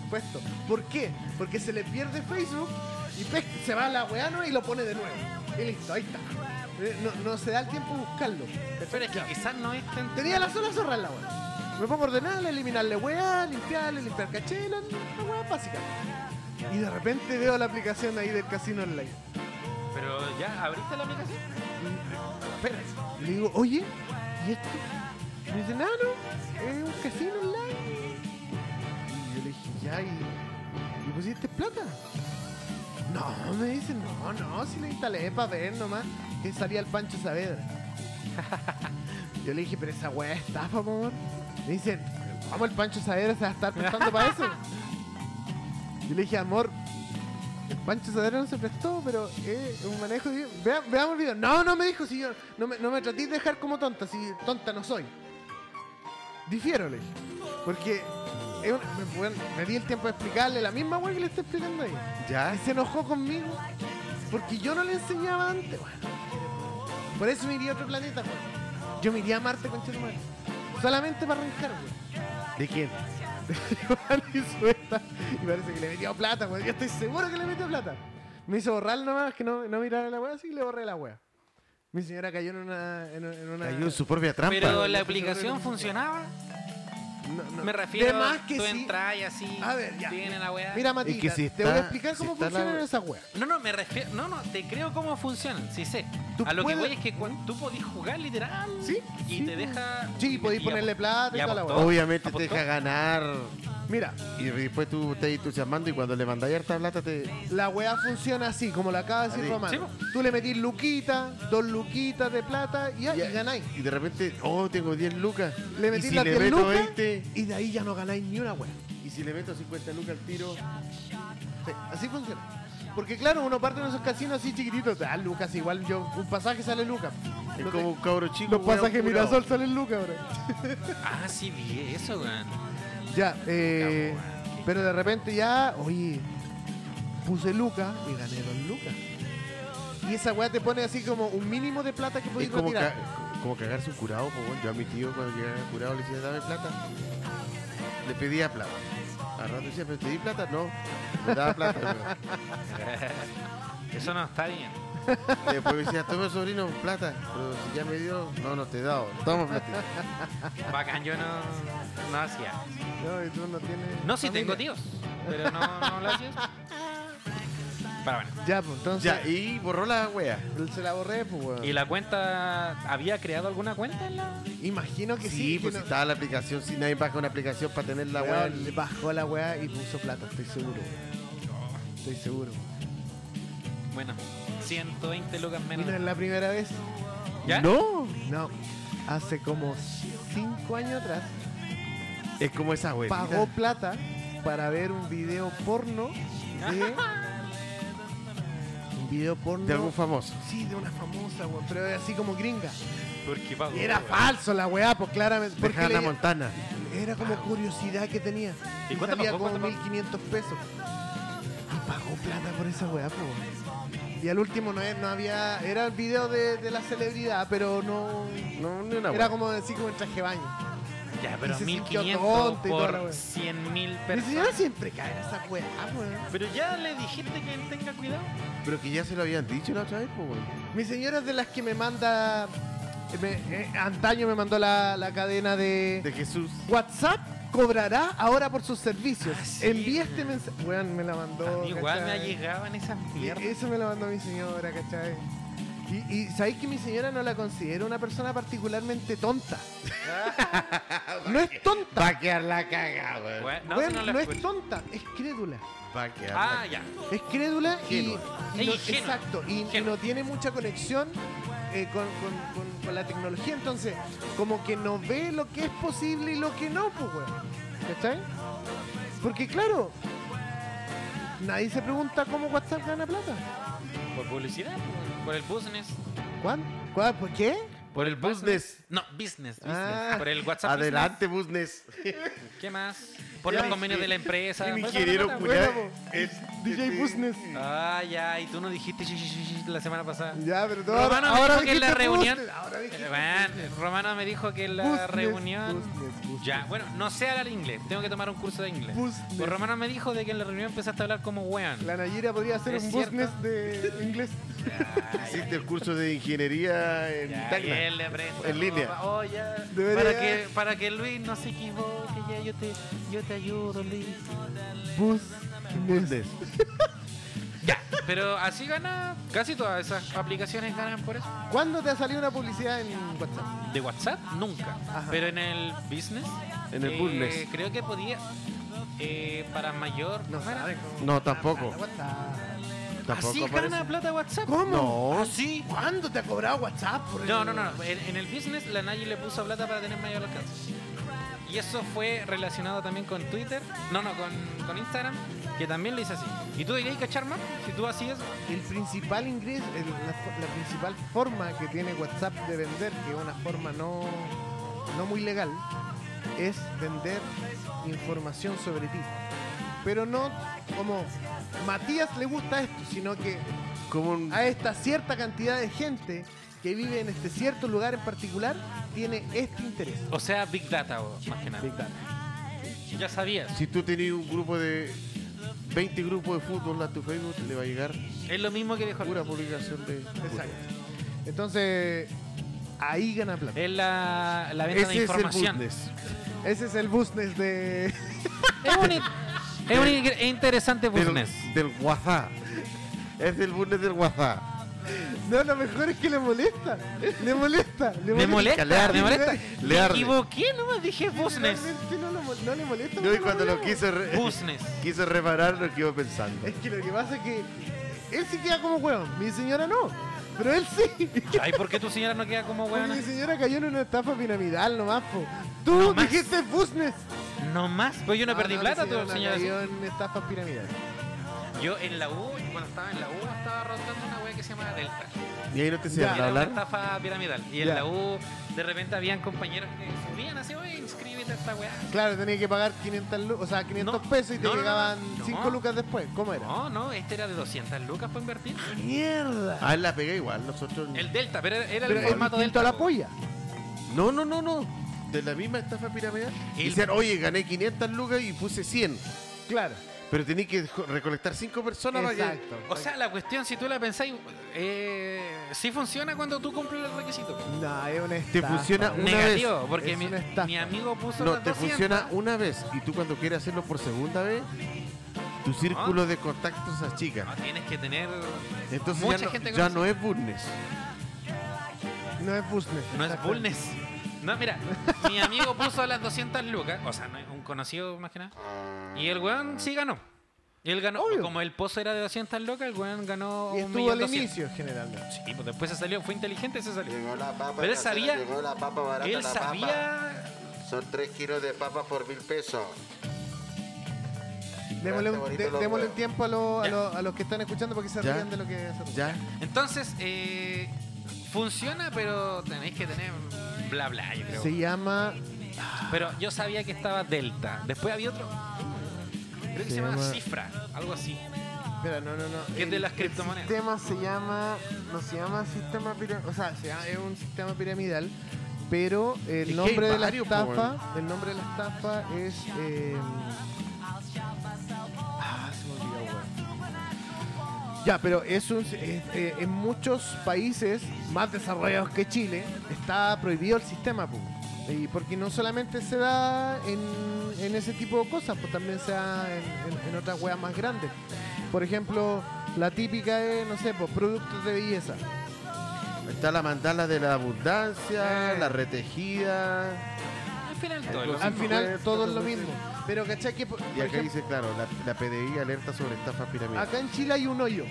supuesto. ¿Por qué? Porque se le pierde Facebook y pesca, se va a la weá ¿no? y lo pone de nuevo. Y listo, ahí está. Eh, No, no se da el tiempo de buscarlo. Pero es que quizás no es tan... Tenía la sola zorra en la weá. Me pongo a ordenarle, eliminarle weá, limpiarle, limpiar caché, la, la weá básica. Y de repente veo la aplicación ahí del casino online. Pero ya, ¿abriste la aplicación? Espera. Y le digo, oye, ¿y esto? Y me dice, no, no, es un casino online. Y yo le dije, ya, ¿y, ¿y pusiste plata? No, me dice, no, no, si le instalé para ver nomás que salía el Pancho Saavedra. Yo le dije, pero esa weá es estafa, por favor. Me dicen, ¿cómo el Pancho Saavedra se va a estar prestando para eso? Yo le dije, amor, el Pancho Saavedra no se prestó, pero es un manejo de... Vea, veamos el video. No, no me dijo, si yo no me, no me traté de dejar como tonta, si tonta no soy. Difiero, le dije. Porque es una- me, bueno, me di el tiempo de explicarle la misma weá que le estoy explicando ahí. ¿Ya? Y se enojó conmigo porque yo no le enseñaba antes, weón. Por eso me iría a otro planeta, weón. Yo me iría a Marte, concha de tu madre. Solamente para arrancar, weón. ¿De quién? Y suelta. Y parece que le metió plata, weón. Yo estoy seguro que le metió plata. Me hizo borrar nomás, que no, no mirara la weá, así que le borré la weá. Mi señora cayó en una... En, en una Cayó en su propia trampa. Pero la no, aplicación no, funcionaba. no, no. Me refiero De más que tú sí. entras y así. A ver, ya. Tiene la weá. Mira, Matita, Es que si te voy a está- explicar si cómo está la- funcionan esas weas. No, no, me refiero. No, no, te creo cómo funcionan, sí sé. Tú A lo puedes- que voy es que cuando tú podís jugar literal. Sí, Y sí, te deja. Sí, podéis y ponerle plata y y toda la apostó. weá. Obviamente te ¿Apostó? deja ganar. Mira, Y después tú estás entusiasmando y cuando le mandáis harta plata te... la weá funciona así, como lo acaba de decir Así. Romano. Sí, po. Tú le metís luquita, dos luquitas de plata y, ya, y ganáis. Y de repente, oh, tengo diez lucas. Le y metís si las le diez meto lucas veinte, y de ahí ya no ganáis ni una weá. y si le meto cincuenta lucas al tiro, Sí, así funciona. Porque claro, uno parte en esos casinos así chiquititos. Ah, Lucas, igual yo, un pasaje sale Lucas. es Los, como un cabro chico. los weón, pasajes curado. Mirasol salen Lucas ahora. Ah, sí, vi eso, weón. Ya, eh, pero de repente ya, oye, puse Lucas y gané dos Lucas. Y esa weá te pone así como un mínimo de plata que Es podéis como, retirar. ca- como cagarse un curado, pues, bueno. Yo a mi tío cuando llegaba curado le decía, dame plata. Le pedía plata. Al rato decía, pero te di plata, no. Me daba plata. Eso no está bien. pero- Después me decía, toma sobrino, plata. Pero si ya me dio, no, no te he dado. Toma plata. Bacán, yo no, no hacía. No, y tú no tienes. No, sí familia. tengo tíos, pero no, no lo hacía. Pero bueno. Ya, pues entonces. Ya, y borró la wea. Se la borré, pues weón. ¿Y la cuenta? ¿Había creado alguna cuenta en la...? Imagino que sí. Sí, que pues no- si estaba la aplicación, si nadie baja una aplicación para tener la wea. Weón, le bajó la weá y puso plata, estoy seguro. Estoy seguro. Bueno, ciento veinte lucas Y menos. no es la primera vez. ¿Ya? No, No. Hace como cinco años atrás es como esa wea. pagó plata para ver un video porno de. un video porno. De algún famoso. Sí, de una famosa, weón. Pero era así como gringa. Porque pago. Y era falso la weá, pues claramente. De Porque Hannah le- Montana. era como curiosidad que tenía. ¿Y Y cuánto salía pagó? como ¿Cuánto mil pagó? quinientos pesos. Y pagó plata por esa weá, pues. weón. Y al último no, es- no había. Era el video de, de la celebridad, pero no. No, ni una Era wea. como así como en traje de baño. Ya, pero Y se mil sintió quinientos tonta y toda la por wea. cien mil Mi personas. señora siempre cae en esa weá, weón. Pero ya le dijiste que tenga cuidado. Pero que ya se lo habían dicho la otra vez, pues, weón. Mi señora es de las que me manda. me- eh, antaño me mandó la, la cadena de, De Jesús. WhatsApp. Cobrará ahora por sus servicios. Ah, sí, Envía este weón. mensaje. Weón, me la mandó. A mí igual me ¿cachai? allegaban esas Y mierdas. eso me lo mandó mi señora, ¿cachai? Y, y sabéis que mi señora no la considero una persona particularmente tonta. No es tonta. Va a quedar la caga, weón. Bueno, no, Weón, si no, no la es escucho. tonta, es crédula. Va a quedar Ah, la ya. Es crédula y, Ingenua. y Es no- ingenua. exacto, y, y Ingenua. no tiene mucha conexión eh, con, con- con- con la tecnología, entonces como que no ve lo que es posible y lo que no, pues weón. ¿Cachai? Porque claro, nadie se pregunta cómo WhatsApp gana plata. Por publicidad, por- por el business. ¿Cuán? ¿Cuál? ¿Por qué? Por el Business. business. No, business. business. Ah. Por el WhatsApp. Adelante, Business. business. ¿Qué más? Por Ya, los convenios sí. de la empresa. El Por eso ingeniero la plata, culiao bueno, es D J Busnes. Ah, ya, y tú no dijiste shi, shi, shi, shi la semana pasada. Ya, pero tú Romano ahora, me ahora dijo que en la dijiste reunión. Busnes, ahora dijiste Eh, bueno, Romano me dijo que en la Busnes, reunión. Busnes, Busnes. Ya, bueno, no sé hablar inglés, tengo que tomar un curso de inglés. Busnes. Pues Romano me dijo de que en la reunión empezaste a hablar como weón. La Nayira podría hacer ¿Es un cierto? Busnes de inglés. Hiciste el curso de ingeniería en Ya, y Tacna. él le aprende En todo, línea. pa- Oh, ya. Debería- Para que, para que Luis no se equivoque, ya yo te, yo te ayudo, Luis. Busnes. Ya, pero así gana, casi todas esas aplicaciones ganan por eso. ¿Cuándo te ha salido una publicidad en WhatsApp? De WhatsApp, nunca. Ajá. Pero en el business, En el eh, business. creo que podía, eh, para mayor. No ¿cómo era? sabes cómo. No, tampoco. WhatsApp. Tampoco ¿Así aparece. gana plata WhatsApp? ¿Cómo? No. ¿Ah, sí? ¿Cuándo te ha cobrado WhatsApp por No, el- no, no. En, en el business, la Nayi le puso plata para tener mayor alcance. Y eso fue relacionado también con Twitter. No, no, con, con Instagram, que también le hice así. ¿Y tú dirías cachar más? Si tú hacías. El principal ingreso, el- la, fo- la principal forma que tiene WhatsApp de vender, que es una forma no, no muy legal, es vender información sobre ti. Pero no como Matías le gusta esto, sino que Como un... a esta cierta cantidad de gente que vive en este cierto lugar en particular tiene este interés. O sea, Big Data, o, más que nada. Big Data. Ya sabías. Si tú tenías un grupo de veinte grupos de fútbol a tu Facebook, le va a llegar Es lo mismo que dijo pura publicación de... Exacto. Entonces, ahí gana plata. Es la, la venta Ese de es el información. business. Ese es el business de... Es un, in- es un in- interesante Del, business. del WhatsApp. Es el business del WhatsApp. No, lo mejor es que le molesta. Le molesta. Le Me molesta, le arde, me molesta. le Me arde. equivoqué, no me dije business. Realmente no, lo mo- no le molesta. Yo porque y cuando lo hablamos. quise, re- Business. quise reparar, lo quedo pensando. Es que lo que pasa es que él sí queda como hueón. Mi señora no. Pero él sí. Ay, ¿por qué tu señora no queda como Porque buena? mi señora cayó en una estafa piramidal nomás, po. Tú No más. dijiste business. No más, pues yo no, perdí mi plata, señora tu no señora. sí. cayó en estafas piramidales. Yo en la U, cuando estaba en la U, estaba rotando una wea que se llama Delta. Y ahí no te Ya. enseñaron a Era una hablar. estafa piramidal. Y en Ya. la U, de repente, habían compañeros que subían así, oye, inscríbete a esta weá. Claro, tenía que pagar quinientas lucas, o sea, quinientos No, pesos y te no, no, no, llegaban no. cinco lucas después. ¿Cómo era? No, no, este era de doscientas lucas para invertir. ¡Mierda! Ah, él la pega igual, nosotros... El Delta, pero era Pero el es formato distinto Delta. a la po. polla. No, no, no, no. De la misma estafa piramidal. El- Dicen, oye, gané quinientas lucas y puse cien. Claro. Pero tenías que jo- recolectar cinco personas para que... Exacto. O sea, la cuestión, si tú la pensáis, eh, sí funciona cuando tú cumples el requisito. po. No, es una Te estafa. funciona una Negativo, vez. porque Es mi, una estafa. mi amigo puso No, las te doscientas. funciona una vez. Y tú cuando quieres hacerlo por segunda vez, tu círculo de contactos se achica. No, tienes que tener Entonces mucha ya, no, gente ya conocida. no es business. No es business. No es exacto. bullness. No, mira, mi amigo puso las doscientas lucas, o sea, no es un conocido más que nada. Y el weón sí ganó. Y él ganó, Obvio. como el pozo era de doscientas lucas, el weón ganó Y un estuvo millón al doscientos. inicio, generalmente. Sí, pues después se salió, fue inteligente, se salió. Llegó la papa, Pero él casera, sabía- llegó la papa barata, Él la papa. sabía. Son tres kilos de papa por mil pesos. Démosle un, bonito de- los démosle un huevos. tiempo a, los- a, Ya. los- a los que están escuchando para que se Ya. rían de lo que hacemos. Ya. Entonces, eh, funciona, pero tenéis que tener bla bla, yo creo. Se llama. Pero yo sabía que estaba Delta. Después había otro. Creo que se, Se llama llama- Cifra, algo así. Espera, no, no, no. Que es de El- las criptomonedas. El sistema se llama. No se llama sistema piramidal. O sea, se llama- es un sistema piramidal. Pero el Es que nombre hay de la varios, po, estafa. El nombre de la estafa es. eh, Ah, se me olvidó, weón. Ya, pero es un, es- eh, en muchos países más desarrollados que Chile está prohibido el sistema, pues. Y porque no solamente se da en, en ese tipo de cosas, pues también se da en, en- en otras weas más grandes. Por ejemplo, la típica es, no sé, pues productos de belleza. Está la mandala de la abundancia, Eh. la retejida. Al final todo. Algo lo así. Al mismo. final pues, todo es todo lo es- mismo. Pero ¿cachai? Que, por, Y por acá ejemplo, dice, claro, la, la P D I alerta sobre estafa piramidal. acá en Chile hay un hoyo.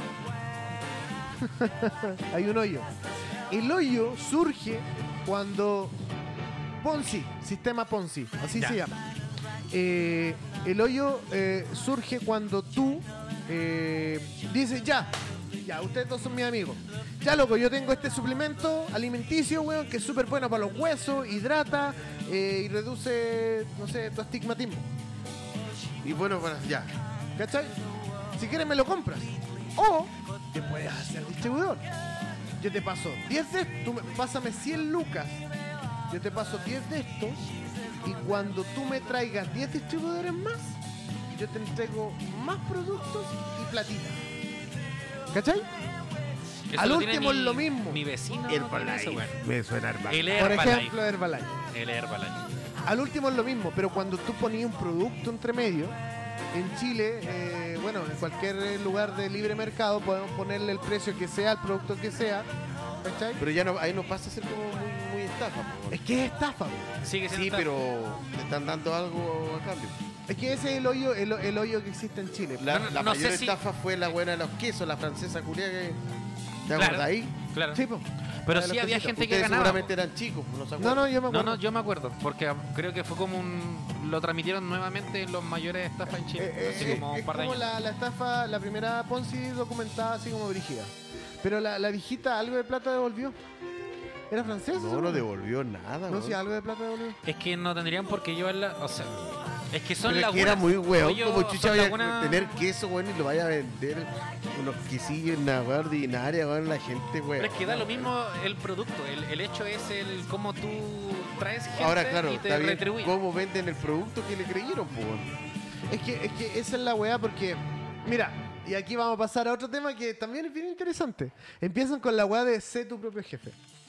Hay un hoyo. El hoyo surge cuando Ponzi, sistema Ponzi, así Ya. se llama. Eh, el hoyo eh, surge cuando tú eh, dices, ya, ya, ustedes dos son mis amigos. Ya, loco, yo tengo este suplemento alimenticio, weón, que es súper bueno para los huesos, hidrata eh, y reduce, no sé, tu astigmatismo. Y bueno, bueno, ya. ¿Cachai? Si quieres me lo compras. O te puedes hacer distribuidor. Yo te paso diez de estos, tú me, pásame cien lucas. Yo te paso diez de estos y cuando tú me traigas diez distribuidores más, yo te entrego más productos y platita. ¿Cachai? Eso Al lo tiene último mi- es lo mismo. Mi vecino. Herbalife. tiene eso, weón. Me suena Herbalife. El Por Herbalife. ejemplo, Herbalife. El Herbalife. Al último es lo mismo, pero cuando tú ponías un producto entre medio, en Chile, eh, bueno, en cualquier lugar de libre mercado podemos ponerle el precio que sea, el producto que sea, ¿cachai? Pero ya no, ahí no pasa a ser como muy, muy estafa. po. Es que es estafa, po. Sigue siendo Sí, estafa. pero te están dando algo a cambio. Es que ese es el hoyo, el, el hoyo que existe en Chile. La, No, no, la no mayor sé si- estafa fue la buena de los quesos, la francesa culia que... ¿Te Claro. acuerdas ahí? Claro. Sí, po. Pero La de sí los había cositas. gente que Ustedes ganaba. seguramente po. eran chicos, no se No, acuerdan. no, yo me No, acuerdo. no, yo me acuerdo, porque ah, creo que fue como un... Lo transmitieron nuevamente en los mayores estafas en Chile, Eh, eh, así eh, como un es par de como años. la, la estafa, la primera Ponzi documentada así como brígida. Pero la, la viejita algo de plata devolvió. ¿Era francesa? No, no devolvió nada. No, weón. sí, algo de plata devolvió. Es que no tendrían por qué llevarla, o sea, es que son Pero es que lagunas. era muy weón, Hoyo- como chucha son vaya lagunas- a tener queso, weón, y lo vaya a vender unos quesillos en una weá ordinaria, weón, la gente, weón. Pero es que da lo mismo el producto, el, el hecho es el cómo tú traes gente Ahora, claro, y te está bien retribuye. cómo venden el producto que le creyeron, po, weón. Es que, es que esa es la weá porque, mira, y aquí vamos a pasar a otro tema que también es bien interesante. Empiezan con la weá de sé tu propio jefe.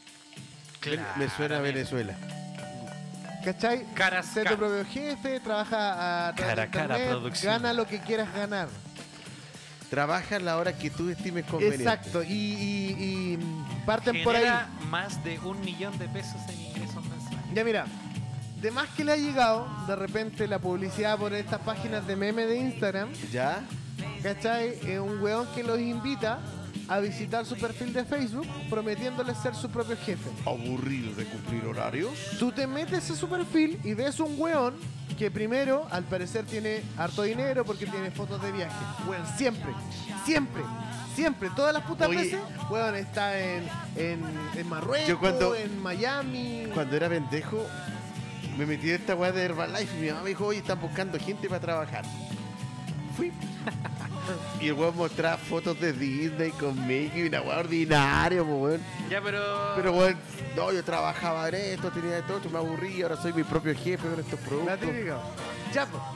Me suena a Venezuela. ¿Cachai? Caras, Sé tu ca- propio jefe, trabaja a través Cara de a cara internet, producción. gana lo que quieras ganar. Trabaja la hora que tú estimes conveniente. Exacto, y, y- y parten por ahí. genera más de un millón de pesos en ingresos mensuales. Ya mira, de más que le ha llegado de repente la publicidad por estas páginas de meme de Instagram, ¿Ya? ¿cachai? Es un weón que los invita a visitar su perfil de Facebook prometiéndoles ser su propio jefe. Aburrido de cumplir horarios. Tú te metes a su perfil y ves un weón que primero, al parecer, tiene harto dinero porque tiene fotos de viaje. Weón, siempre, siempre, siempre, todas las putas Oye. veces, weón, está en, en, en Marruecos, Yo cuando- en Miami. Cuando era pendejo, me metí en esta weá de Herbalife y mi mamá me dijo, oye, están buscando gente para trabajar. Fui. Y el weón mostraba fotos de Disney con Mickey y una weá ordinaria, po, weón. Ya, pero... Pero weón, no, yo trabajaba en esto, tenía de todo, me aburrí, ahora soy mi propio jefe con estos La productos. típica. Ya, pues.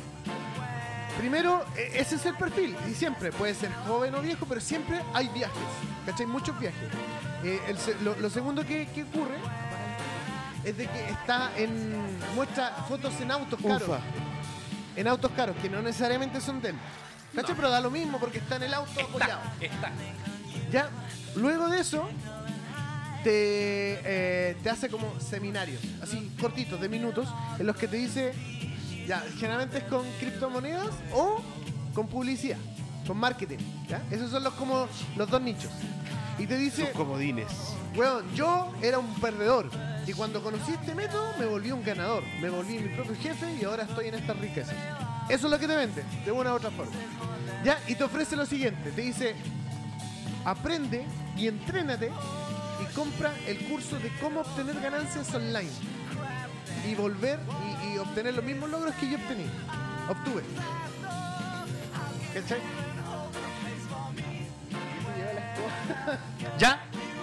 Primero, e- ese es el perfil. Y siempre, puede ser joven o viejo, pero siempre hay viajes. ¿Cachai? Muchos viajes. Eh, el se- lo, lo segundo que, que ocurre es de que está en. Muestra fotos en autos caros. Ufa. En autos caros, que no necesariamente son de él. ¿Cachai? No. Pero da lo mismo porque está en el auto apoyado. Está, está. Ya, luego de eso, te, eh, te hace como seminarios, así cortitos, de minutos, en los que te dice, ya, generalmente es con criptomonedas o con publicidad, con marketing, ¿ya? Esos son los como los dos nichos. Y te dice, Sus comodines. weón, yo era un perdedor. Y cuando conocí este método, me volví un ganador. Me volví mi propio jefe y ahora estoy en estas riquezas. Eso es lo que te vende, de una u otra forma. ¿Ya? Y te ofrece lo siguiente. Te dice, aprende y entrénate y compra el curso de cómo obtener ganancias online. Y volver y, y obtener los mismos logros que yo obtení. Obtuve. ¿Cachai? ¿Ya?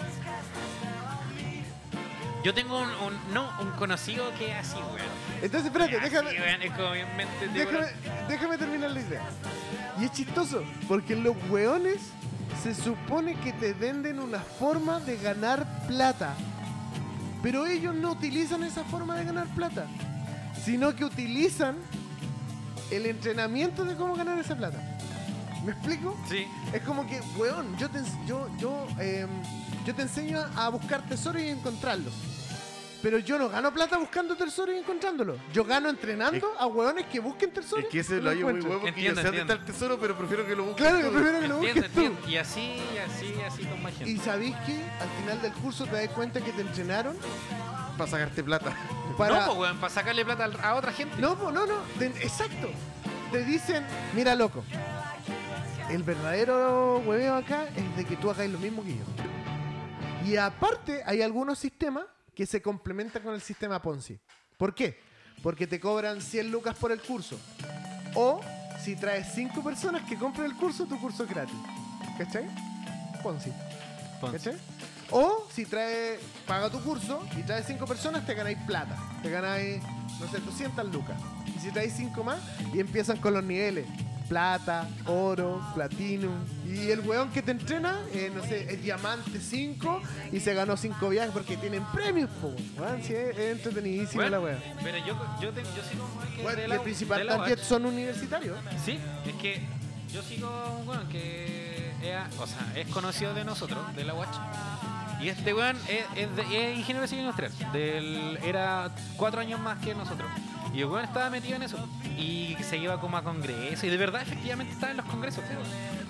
Yo tengo un, un- no, un conocido que es así, weón. Entonces, espérate, Es así, déjame, weón, es como bien mente de déjame, weón. déjame terminar la idea. Y es chistoso, porque los weones se supone que te venden una forma de ganar plata. Pero ellos no utilizan esa forma de ganar plata, sino que utilizan el entrenamiento de cómo ganar esa plata. ¿Me explico? Sí. Es como que, weón, yo te, ens- yo, yo, em, yo te enseño a buscar tesoros y encontrarlos. Pero yo no gano plata buscando tesoros y encontrándolos. Yo gano entrenando a weones que busquen tesoros. Es que ese y es lo hallo muy encuentren. huevo porque yo Entiendo, sé dónde está entiendo. el tesoro, pero prefiero que lo busques Claro, tú. que prefiero que lo Entiendo, busques tú. entiendo. Y así, y así, y así con más gente. Y sabéis que al final del curso te das cuenta que te entrenaron Para sacarte plata. para. No, pues, weón, para sacarle plata al- a otra gente. No, po, no, no. te- exacto. Te dicen, mira, loco. El verdadero hueveo acá es de que tú hagáis lo mismo que yo. Y aparte, hay algunos sistemas que se complementan con el sistema Ponzi. ¿Por qué? Porque te cobran cien lucas por el curso. O si traes cinco personas que compren el curso, tu curso es gratis. ¿Cachai? Ponzi. Ponzi. ¿Cachai? O si traes, paga tu curso y traes cinco personas, te ganáis plata. Te ganáis, no sé, doscientas lucas. Y si traes cinco más, y empiezan con los niveles. Plata, oro, platinum. Y el weón que te entrena, eh, no sé, es diamante cinco y se ganó cinco viajes porque tienen premios, po. Weón, sí, es, es entretenidísima Bueno, la weá. pero yo, yo, te- yo sigo un weón que Bueno, de y la- el principal de la target Watch. son universitarios. Sí, es que yo sigo un weón que es, o sea, es conocido de nosotros, de la Watch. Y este weón es, es, de- es ingeniero civil industrial. Del, era cuatro años más que nosotros. Y el weón estaba metido en eso. Y se iba como a congresos. Y de verdad, efectivamente, estaba en los congresos. Pero,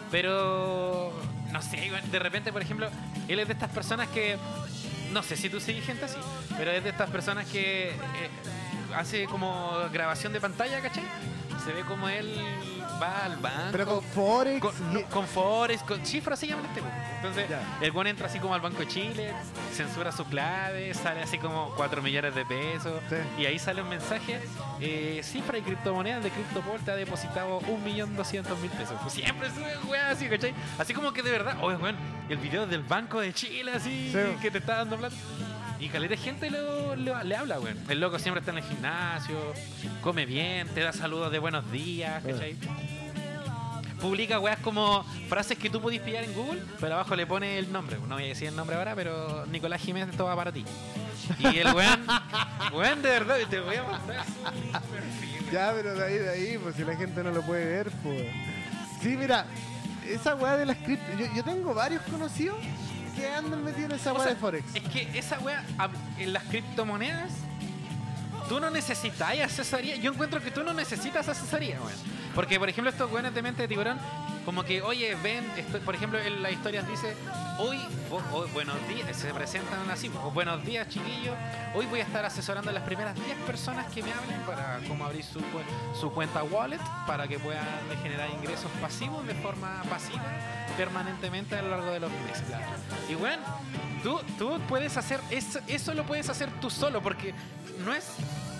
pero no sé, weón, de repente, por ejemplo, él es de estas personas que. No sé si tú sigues gente así, pero es de estas personas que eh, hace como grabación de pantalla, ¿cachai? Se ve como él va al banco. Pero con Forex. Con, y- no, con Forex, con cifras se llaman este weón. Entonces, Ya. el weón entra así como al Banco de Chile, censura su clave, sale así como cuatro millones de pesos. Sí. Y ahí sale un mensaje: eh, cifra y criptomonedas de CryptoPol te ha depositado un millón doscientos mil pesos. Pues siempre sube weón así, ¿cachai? Así como que de verdad, oye, weón, el video del Banco de Chile, así, Sí. que te está dando plata. Y caleta de gente lo- lo- le habla, weón. El loco siempre está en el gimnasio, come bien, te da saludos de buenos días, ¿cachai? Publica weas como frases que tú podís pillar en Google, pero abajo le pone el nombre. No voy a decir el nombre ahora, pero Nicolás Jiménez, esto va para ti. Y el weón, weón, de verdad, te voy a mostrar su perfil, weón. Ya, pero de ahí, de ahí, pues si la gente no lo puede ver, pues. Sí, mira, esa weá de las cripto. Yo, yo tengo varios conocidos que andan metidos en esa O weá sea, de Forex. Es que esa wea, ab- en las criptomonedas, tú no necesitas asesoría. Yo encuentro que tú no necesitas asesoría, weón. Porque, por ejemplo, estos weones de mente de tiburón, como que, oye, ven, esto- por ejemplo, en las historias dice, hoy, o- o buenos días, se presentan así, o buenos días, chiquillos, hoy voy a estar asesorando a las primeras diez personas que me hablen para cómo abrir su, cue- su cuenta wallet, para que puedan generar ingresos pasivos de forma pasiva permanentemente a lo largo de los meses. Bla, bla. Y bueno, tú, tú puedes hacer eso, eso lo puedes hacer tú solo, porque no es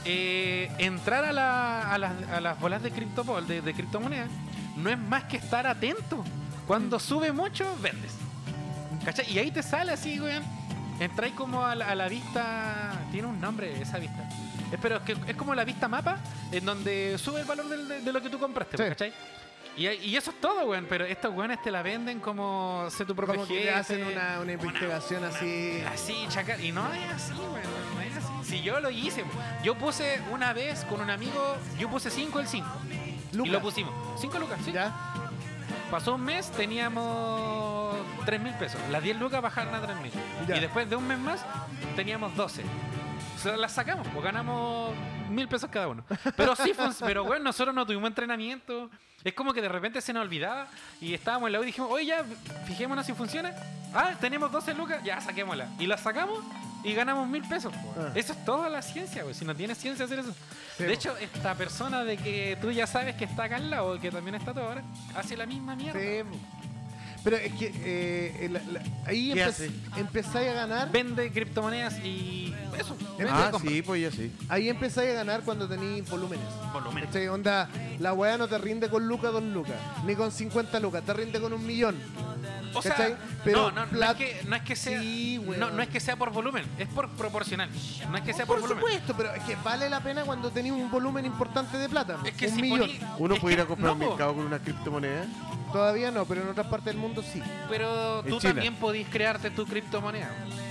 eh, entrar a, la- a las, a las bolas de criptopol, de, de criptomonedas, no es más que estar atento. Cuando sube mucho, vendes. ¿Cachai? Y ahí te sale así, weón. Entráis como a la, a la vista. Tiene un nombre esa vista. Es, pero es, que es como la vista mapa, en donde sube el valor del- de, de lo que tú compraste, Sí. ¿cachai? Y, y eso es todo, weón. Pero estos weones te la venden como sé tu propio Como que jefe, te hacen una, una investigación así. Así, chacal. Y no es así, weón. No es así. Si yo lo hice, weón. Yo puse una vez con un amigo, yo puse cinco el cinco. Y Lucas. lo pusimos. cinco lucas, sí. ¿Ya? Pasó un mes, teníamos tres mil pesos. Las diez lucas bajaron a tres mil. Ya. Y después de un mes más, teníamos doce. O sea, las sacamos, pues ganamos mil pesos cada uno. Pero sí, fue, pero bueno, nosotros no tuvimos entrenamiento. Es como que de repente se nos olvidaba y estábamos en la U y dijimos, oye, ya, fijémonos si funciona. Ah, tenemos doce lucas, ya, saquémosla. Y las sacamos y ganamos mil pesos. po. Ah. Eso es toda la ciencia, güey. Si no tienes ciencia hacer eso. Sí, de po. hecho, esta persona de que tú ya sabes que está acá al lado, que también está todo ahora, hace la misma mierda. Sí. Pero es que eh, la- la- ahí ¿Qué empe- hace? empezáis a ganar. Vende criptomonedas y eso. vende y Ah, compra. sí, pues ya sí. Ahí empezáis a ganar cuando tenéis volúmenes. Volumen. ¿Cachai? Onda, la weá no te rinde con lucas, dos lucas, ni con cincuenta lucas, te rinde con un millón. O sea, ¿cachai? Pero no, no, no, es plat- que, no es que sea Sí, weón. no, no es que sea por volumen, es por proporcional. No es que sea por, Por volumen. supuesto, pero es que vale la pena cuando tenéis un volumen importante de plata. Es que un si millón. poní- Uno es puede ir que a comprar no, un po, mercado con una criptomoneda. Todavía no, pero en otras partes del mundo sí. pero En tú China. también podís crearte tu criptomoneda.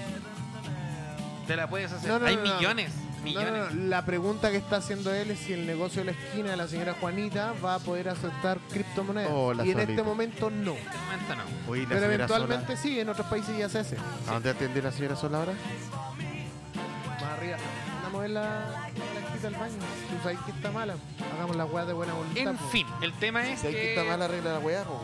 Te la puedes hacer. No, no, Hay no, no. millones, No, millones. no, no. La pregunta que está haciendo él es si el negocio de la esquina de la señora Juanita va a poder aceptar criptomonedas. Oh, la y en solita. este momento no. En este momento no. Oye, la Pero señora eventualmente sí, en otros países ya se hace. Sola. ¿A dónde atiende la señora Sola ahora? Más arriba. Andamos en la, en la quita del baño. Tú sabes que está mala. Hagamos la weá de buena voluntad. En po. fin, el tema es Si hay que que está mal arregla la weá, po.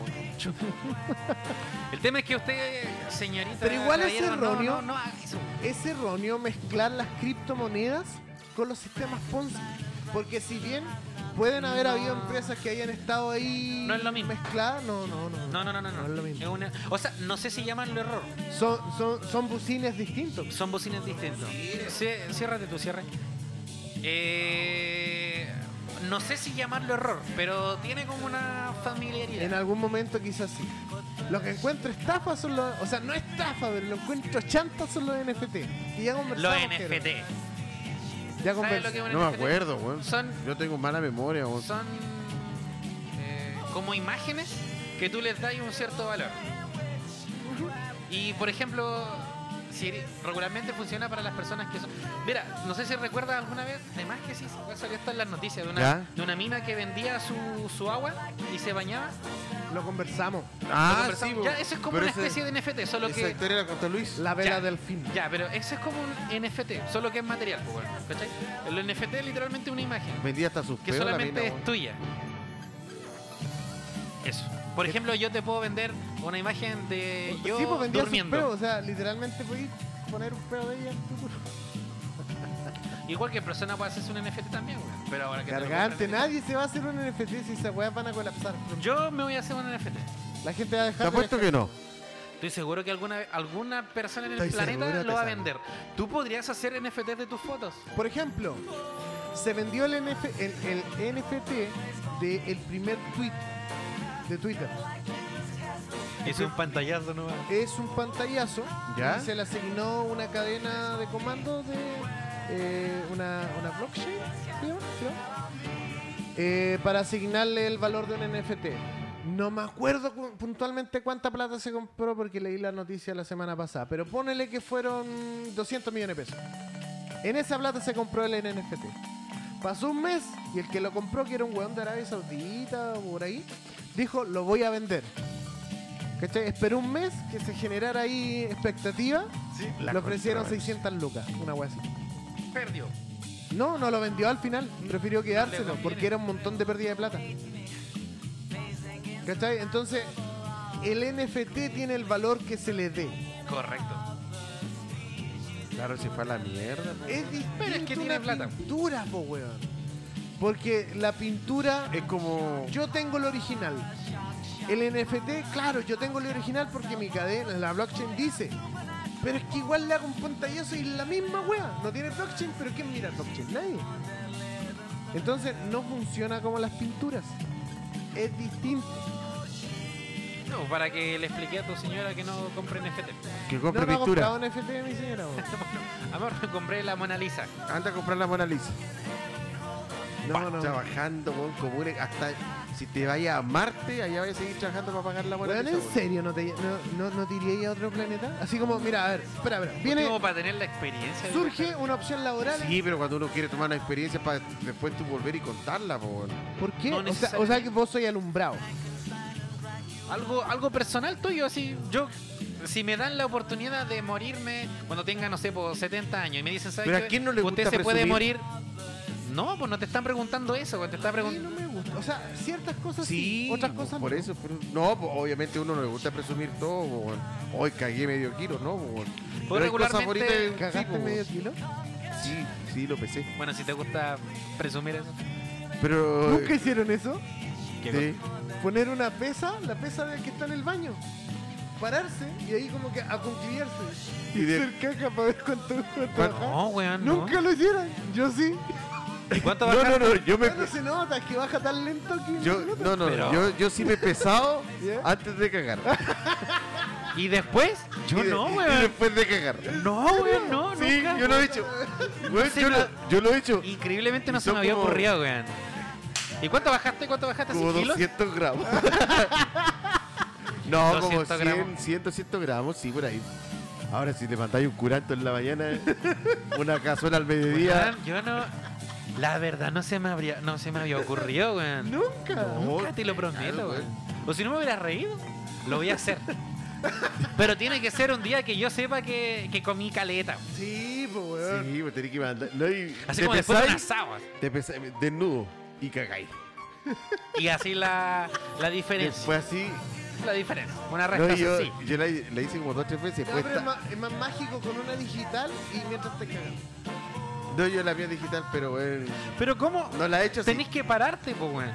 el tema es que usted, señorita, Pero igual es caballero, no, erróneo. no, no haga eso. Es erróneo mezclar las criptomonedas con los sistemas Ponzi. Porque si bien pueden haber No. habido empresas que hayan estado ahí No es lo mismo. mezcladas, no, no, no. No, no, no, no, no. es lo mismo. Es una- o sea, no sé si llamarlo error. Son, son, son bucines distintos. Son bocinas distintas. Sí, ciérrate tú, cierre. Eh, no sé si llamarlo error, pero tiene como una familiaridad. En algún momento quizás sí. Lo que encuentro estafa son los... O sea, no estafa, pero lo encuentro chanta son los N F T. Y ya Los conversamos. N F T. Ya ¿Sabes lo que conversamos. es un No me N F T? acuerdo, weón. Son, Yo tengo mala memoria, weón. son eh, como imágenes que tú les das un cierto valor. Y por ejemplo, si regularmente funciona para las personas que son... Mira, no sé si recuerdas alguna vez, de más que sí, salió esto en las noticias, de una, ¿Ya? de una mina que vendía su, su agua y se bañaba. Lo conversamos. Lo Ah, conversamos. sí, Ya, weón. eso es como Pero una ese- especie de N F T, solo Esa que... historia la contó Luis. La vela Ya. del fin. Ya, pero eso es como un N F T, solo que es material, pues, bueno, ¿cachai? El N F T es literalmente una imagen Vendía hasta sus que peos la solamente mina, es weón. tuya. Eso. Por ejemplo, yo te puedo vender una imagen de yo sí, pues vendía sus durmiendo. peos. O sea, literalmente podéis poner un peo de ella en tu culo. Igual que persona puede hacerse un N F T también, güey. Pero ahora que te lo Cargante, compren- nadie se va a hacer un N F T si esas weas van a colapsar. Yo me voy a hacer un N F T. La gente va a Te dejar de apuesto dejar- que no. Estoy seguro que alguna alguna persona en el Estoy planeta seguro, lo va a Tesano. vender. ¿Tú podrías hacer N F T de tus fotos? Por ejemplo, se vendió el, N F el, el N F T del primer tweet de Twitter. Es un pantallazo, ¿no? Es un pantallazo ¿Ya? y se le asignó una cadena de comando de eh, una, una blockchain, ¿se llama? ¿Se llama? Eh, para asignarle el valor de un N F T. No me acuerdo cu- puntualmente cuánta plata se compró porque leí la noticia la semana pasada, pero ponele que fueron doscientos millones de pesos. En esa plata se compró el N F T. Pasó un mes y el que lo compró, que era un weón de Arabia Saudita o por ahí, dijo, lo voy a vender. ¿Cachai? Esperó un mes que se generara ahí expectativa. La Le ofrecieron controversia. seiscientas lucas, una wea así. Perdió. No, no lo vendió al final. Prefirió quedárselo conviene. porque era un montón de pérdida de plata. ¿Cachai? Entonces, el N F T tiene el valor que se le dé. Correcto. Claro, si fue a la mierda. po. Es distinto Pero es que una tiene plata. pintura, po, weón. Porque la pintura, Es como... yo tengo el original. El N F T, claro, yo tengo el original porque mi cadena, la blockchain dice. Pero es que igual le hago un pantallazo y la misma wea. No tiene blockchain, pero ¿quién mira blockchain? Nadie. Entonces no funciona como las pinturas. Es distinto. No, para que le explique a tu señora que no compre N F T. Que compre no me ha pintura. comprado un N F T mi señora. weón. Amor, me compré la Mona Lisa. Anda a comprar la Mona Lisa. No, Va no. trabajando, weón, como una... Hasta si te vayas a Marte, allá vas a seguir trabajando para pagar la Mona Weón, Lisa. ¿en weón. serio no te, no, no, no te iríais a otro planeta? Así como, mira, a ver, espera, espera. Viene, Como para tener la experiencia. de surge viajar. una opción laboral. Sí, pero cuando uno quiere tomar una experiencia para después tú volver y contarla, po, weón. ¿Por qué? No o, sea, o sea necesariamente. que vos soy alumbrado. Algo, algo personal tuyo, así. Yo, si me dan la oportunidad de morirme cuando tenga, no sé, por setenta años y me dicen, ¿sabes Pero a qué? quién no le Usted gusta se puede presumir? morir. No, pues no te están preguntando eso, pues te están A mí no preguntando. me gusta. O sea, ciertas cosas sí, Sí, otras po, cosas por no. eso. pero- no, pues obviamente a uno no le gusta presumir todo, po, weón. Hoy cagué medio kilo, ¿no? po, weón. Pero hay cosas regularmente bonitas de- sí, ¿Cagaste po, medio kilo? Sí, sí, lo pesé. Bueno, si te gusta presumir eso. Pero... ¿Nunca hicieron eso? ¿qué Sí. Poner una pesa, la pesa del que está en el baño. Pararse y ahí como que acunclillarse. Y Y de- hacer caca para ver cuánto, cuánto ¿Cuánto? baja. No, weón, no. Nunca lo hicieron. Yo sí. ¿Y cuánto No, no, bajaste? no, yo me... Bueno, se nota, es que baja tan lento que Yo, se nota. no, no, Pero- yo, yo sí me he pesado ¿Ya? antes de cagar. ¿Y después? Yo Y de- no, Y weón. después de cagar. No, weón, no, Sí, nunca. yo lo he hecho. Weón, Sí, yo, no. lo, yo lo he hecho. Increíblemente no Y se me son había como- ocurrido, weón. ¿Y cuánto bajaste? ¿Cuánto bajaste? Como ¿cien kilos? doscientos gramos. No, como doscientos cien, gramos. cien, doscientos gramos, sí, por ahí. Ahora, si te mandáis un curanto en la mañana, una cazuela al mediodía. Weón, yo no. La verdad no se me habría, no se me había ocurrido, weón. Nunca. No. Nunca te lo Claro, prometo, weón. weón. O si no me hubiera reído, lo voy a hacer. Pero tiene que ser un día que yo sepa que, que comí caleta. weón. Sí, pues, weón. Sí, pues tenés que mandar. No, y Así te como después de un pesáis, asado. así. te pesáis desnudo y cagáis. Y así la, la diferencia. Después así. La diferencia. Una No, respuesta y yo, así. yo la, la hice como dos o tres veces. Ya, Después pero es, está- más, es más mágico con una digital y mientras te cagas. No, yo la mía digital, pero bueno, Pero ¿cómo? no la he hecho así. Tenés que pararte, pues, weón.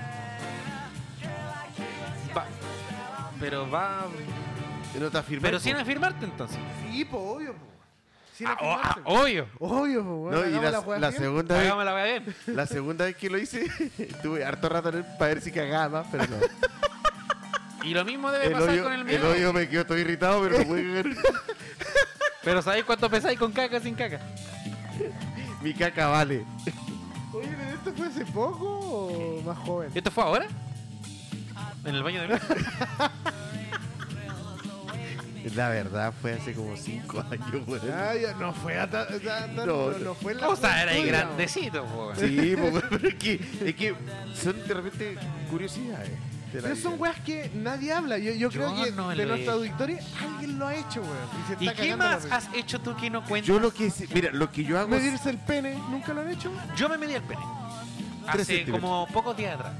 Va. Pero va. No te afirmé. Pero sin afirmarte entonces. Sí, pues, obvio, po. Sin Ah, oh, ah, afirmarse. obvio. Obvio, pues, weón. No, y hagamos la, la weá la bien. segunda vez, Hagamos la weá bien. la segunda vez que lo hice, tuve harto rato en él para ver si cagaba más, pero no. Y lo mismo debe El pasar hoyo, con el el mío. hoyo me quedó todo irritado, pero no pude cagar. Pero ¿sabéis cuánto pesáis con caca sin caca? Mi caca vale. Oye, ¿pero esto fue hace poco o más joven? ¿Esto fue ahora? ¿En el baño de La verdad fue hace como cinco años, weón. Ah, ya no fue a ta- ta- ta- No, no, no. no fue en la O sea, era ahí juventud, grandecito, po. Sí, po, weón, pero es que, es que son de repente curiosidades. de la Pero son vida. weas que nadie habla. Yo, yo creo Yo que no de lo he nuestra hecho. auditoría alguien lo ha hecho, weón. Y, se ¿Y está qué cagando la más risa. has hecho tú que no cuentas? Yo lo que sí- mira, lo que yo hago es, Medirse el pene, ¿nunca lo han hecho? Yo me medí el pene. Tres Hace centímetros. como pocos días atrás.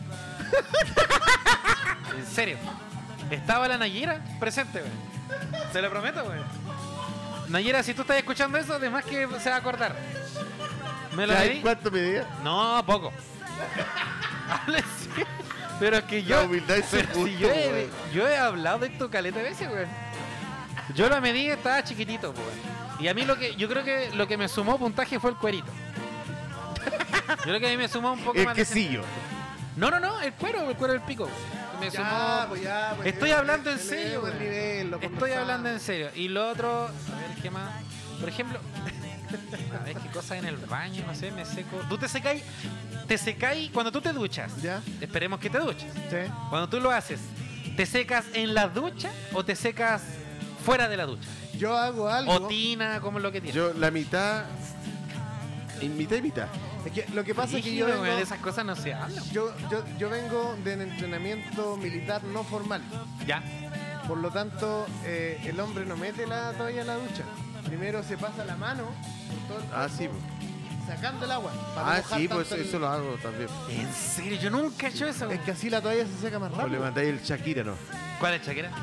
En serio. Estaba la Nayera presente, güey. Se lo prometo, güey. Nayera, si tú estás escuchando eso, además que se va a acordar. ¿Me lo ¿sabes medí? cuánto medía? No, poco. Habla en serio. Pero es que yo. La humildad es pero justo, si yo, he, güey. yo he hablado de esto caleta de veces, güey. Yo lo medí, estaba chiquitito, güey. Y a mí lo que. Yo creo que lo que me sumó puntaje fue el cuerito. Yo creo que a mí me sumó un poco El más. de quesillo. No, no, no, el cuero, el cuero del pico. Me Ya, sumó. pues ya, pues, Estoy ya, hablando en le- serio, le- el güey. nivel, lo Estoy conversamos. hablando en serio. Y lo otro, a ver, ¿qué más? Por ejemplo, a ver qué cosas en el baño, no sé, me seco. ¿Tú te secáis? Te secáis cuando tú te duchas. ¿Ya? Esperemos que te duches. Sí. Cuando tú lo haces, ¿te secas en la ducha o te secas fuera de la ducha? Yo hago algo. O tina, como es lo que tienes. Yo la mitad, en mitad y mitad. Es que lo que pasa es que yo Rígido, vengo, güey, de esas cosas no se hablan. yo, yo, yo vengo de un entrenamiento militar no formal. Ya. Por lo tanto, eh, el hombre no mete la toalla en la ducha. Primero se pasa la mano por todo el Ah, cuerpo, sí, po. sacando el agua. para Ah, no mojar sí, pues tanto el- eso lo hago también. ¿En serio? Yo nunca he hecho eso. Es que así la toalla se seca más O le rápido. mandáis el Shakira, ¿no? ¿Cuál es Shakira?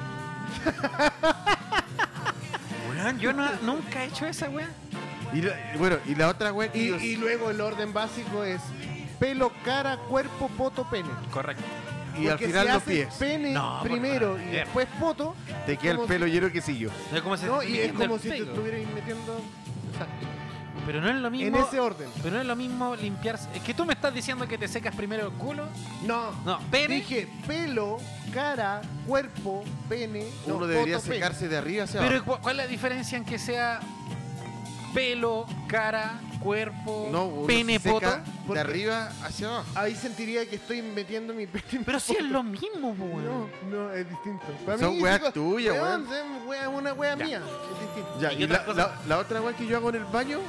Weón, yo no, nunca he hecho esa, weón. Y la- bueno, y la otra wea que Y, yo- y luego el orden básico es pelo, cara, cuerpo, poto, pene. Correcto. y al Porque final si los haces pies. pene No, por primero favor. y después poto, Te queda el como pelo si- lleno de quesillo. Es como si no, te y es metiendo como el si te pelo. estuvieras metiendo. Exacto. Pero no es lo mismo. En ese orden. Pero no es lo mismo limpiarse. Es que tú me estás diciendo que te secas primero el culo. No, No, pene. dije pelo, cara, cuerpo, pene. no, Uno debería poto, pene. secarse de arriba hacia Pero abajo. ¿cu- ¿cuál es la diferencia en que sea pelo, cara, cuerpo, No, uno pene, se seca poto? de porque- arriba hacia abajo. Ahí sentiría que estoy metiendo mi pene. en Pero si es poto. lo mismo, po, weón. No, no, es distinto. Para Son mí, weas digo, tuyas, weón, weón. es wea- una wea Ya. mía. Es distinto. Ya, ¿Y y qué la, otra la, cosa? la otra wea que yo hago en el baño,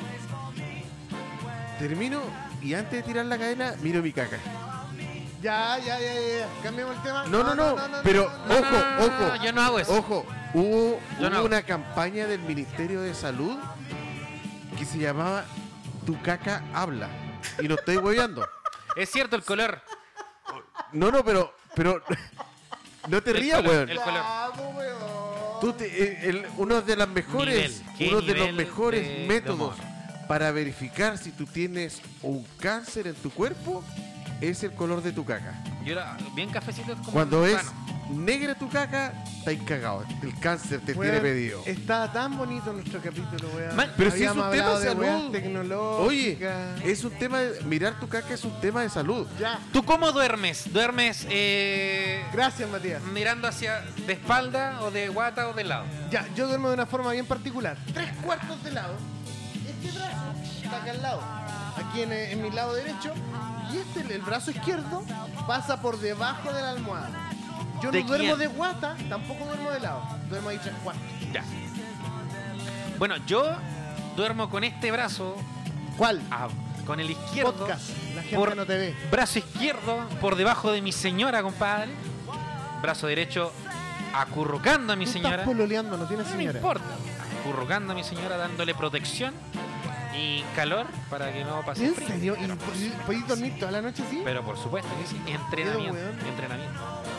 termino y antes de tirar la cadena, miro mi caca. Ya, ya, ya, ya, ya. Cambiemos el tema. No, no, no, pero No, ojo, no, no, no, ojo. no, yo no hago eso. Ojo, hubo, Yo no hubo hago. una campaña del Ministerio de Salud que se llamaba Tu caca habla. Y no estoy hueveando. Es cierto el color. No, no, pero, pero no te El rías, color, weón. el color. Vamos, weón. Tú te- eh, el- uno de las mejores, Nivel. ¿Qué uno de los nivel mejores de- de métodos humor? para verificar si tú tienes un cáncer en tu cuerpo es el color de tu caca. Yo era bien cafecito como Cuando es bueno. negra tu caca, estáis cagado. El cáncer te Weón, tiene pedido. Está tan bonito nuestro capítulo, weón. Man, pero si es Habíamos un tema hablado de weas salud. tecnológicas. Oye, es un tema de, mirar tu caca es un tema de salud. Ya. ¿Tú cómo duermes? ¿Duermes eh, Gracias, Matías. mirando hacia de espalda o de guata o de lado? Ya, yo duermo de una forma bien particular. Tres cuartos de lado. Este brazo está acá al lado. Aquí en, en mi lado derecho. Y este, el, el brazo izquierdo, pasa por debajo de la almohada. Yo no ¿De duermo quién? de guata, tampoco duermo de lado. Duermo ahí tres cuartos. Ya. Bueno, yo duermo con este brazo, ¿Cuál? ah, con el izquierdo, Podcast. La gente por- no te ve. brazo izquierdo por debajo de mi señora, compadre. Brazo derecho acurrucando a mi Tú señora. estás pololeando, no tienes No me señora. importa. Acurrucando a mi señora, dándole protección y calor para que no pase ¿En frío. serio? ¿Y Pero, podí- podéis dormir toda la noche así? pero por supuesto que sí. Entrenamiento. weón. Entrenamiento.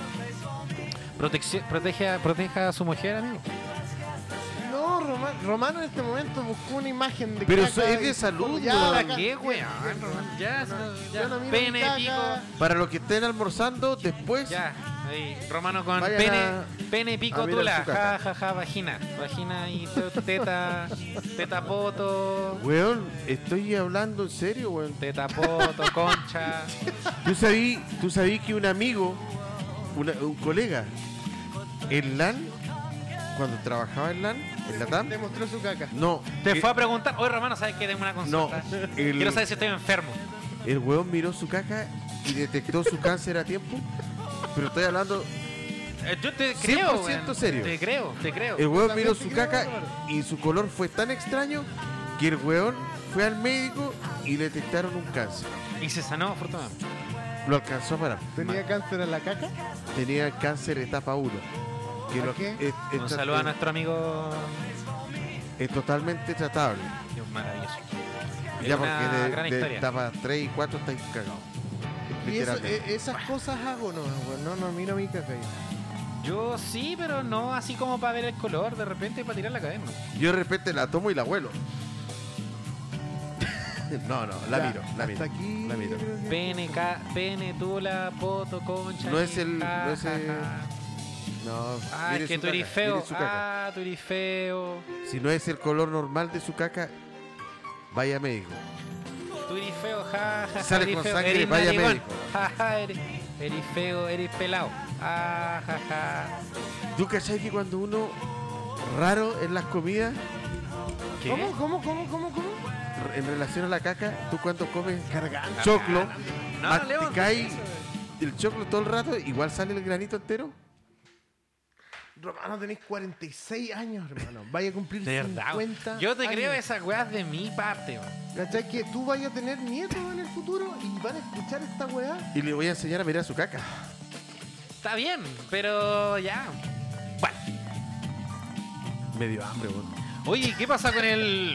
Protección, protege a, proteja a su mujer, amigo. No, Roma- Romano en este momento buscó una imagen de Pero caca eso es de y- salud, Ya, weón. ¿Para bacán. qué, Bien, weón? bien, bien. Ya, Yo no- ya. yo no miro mi Pene, caca. pico. Para los que estén almorzando, después Ya. Ahí, Romano con Vayan pene, a- pene, pico, a mirar tula, su caca. ja, ja, ja, vagina. Vagina y te- teta, teta poto, Weón, estoy hablando en serio, weón. teta poto, concha. ¿Tú sabí, tú sabí que un amigo, una- un colega, en LAN, cuando trabajaba en LAN, en la TAM, Te mostró su caca. no, Te eh, fue a preguntar, oye Romano, ¿sabes que tengo una no, consulta? el, Quiero saber si estoy enfermo. el weón miró su caca y detectó su cáncer a tiempo, pero estoy hablando, Eh, Yo te cien creo, por ciento weón. serio. Te creo, te creo. el weón también miró te su creo, caca Álvaro. y su color fue tan extraño que el weón fue al médico y le detectaron un cáncer. Y se sanó, afortunadamente. Lo alcanzó a parar. ¿Tenía cáncer en la caca? Tenía cáncer etapa uno. Que ¿A lo- qué? es, es- Un saludo a es- nuestro amigo. es totalmente tratable. Dios, maravilloso. Es Ya una porque gran de, de historia. etapa tres y cuatro estáis cagados. Y eso, Literalmente. e- esas cosas hago, no, weón. No, no, miro mi caca. yo. Yo sí, pero no así como para ver el color, de repente para tirar la cadena. Yo de repente la tomo y la huelo. no, no, la Ya, miro, la miro. hasta aquí. la miro. yo creo que- Pene, ca- pene, tula, poto, concha. No es y el- ja, no es ja, el- ja. No, Ah, mire es que su tú eres caca, feo. mire su caca. Ah, tú eres feo. Si no es el color normal de su caca, vaya médico. Tú eres feo, ja, ja, ja. Sale eres con feo, sangre, eres vaya narigón. médico. Ja, ja, eres, eres feo, eres pelado. Ah, ja, ja. ¿Tú cachai que cuando uno raro en las comidas, ¿Qué? ¿Cómo, cómo, cómo, cómo, cómo? r- en relación a la caca, tú cuando comes Cargando. choclo, No, León, masticáis eso, el choclo todo el rato, igual sale el granito entero. Romano, tenés cuarenta y seis años, hermano. Vaya a cumplir De verdad. cincuenta Yo te creo años. esas weas de mi parte, weón. ¿Cachai? Que tú vayas a tener nietos en el futuro y van a escuchar esta weá. Y le voy a enseñar a mirar su caca. Está bien, pero ya. Bueno. Me dio hambre, weón. Oye, ¿qué pasa con el.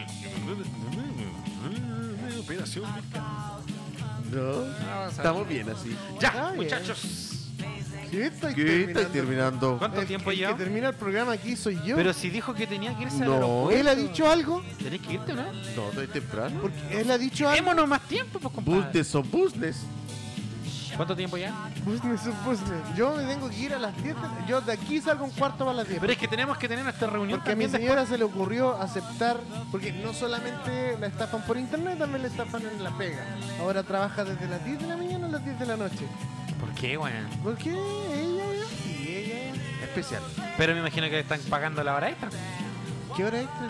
No, estamos bien así. Ya, Está bien. muchachos. ¿Qué estáis ¿Qué terminando? estáis terminando? ¿Cuánto El- tiempo el lleva? que termina el programa aquí soy yo. Pero si dijo que tenía que irse al No. aeropuerto. ¿Él ha dicho algo? ¿Tenés que irte o no? No, estoy temprano. Porque él ha dicho algo. Démonos más tiempo, pues, compadre. Business son business. ¿Cuánto tiempo ya? Business of business. Yo me tengo que ir a las diez. de- Yo de aquí salgo un cuarto para las diez. Pero es que tenemos que tener nuestra reunión Porque a mi también señora se le ocurrió aceptar, porque no solamente la estafan por internet, también la estafan en la pega. Ahora trabaja desde las diez de la mañana a las diez de la noche. después. ¿Por qué, weón? Porque ella es así, ella es- Especial. Pero me imagino que le están pagando la hora extra. ¿Qué hora extra?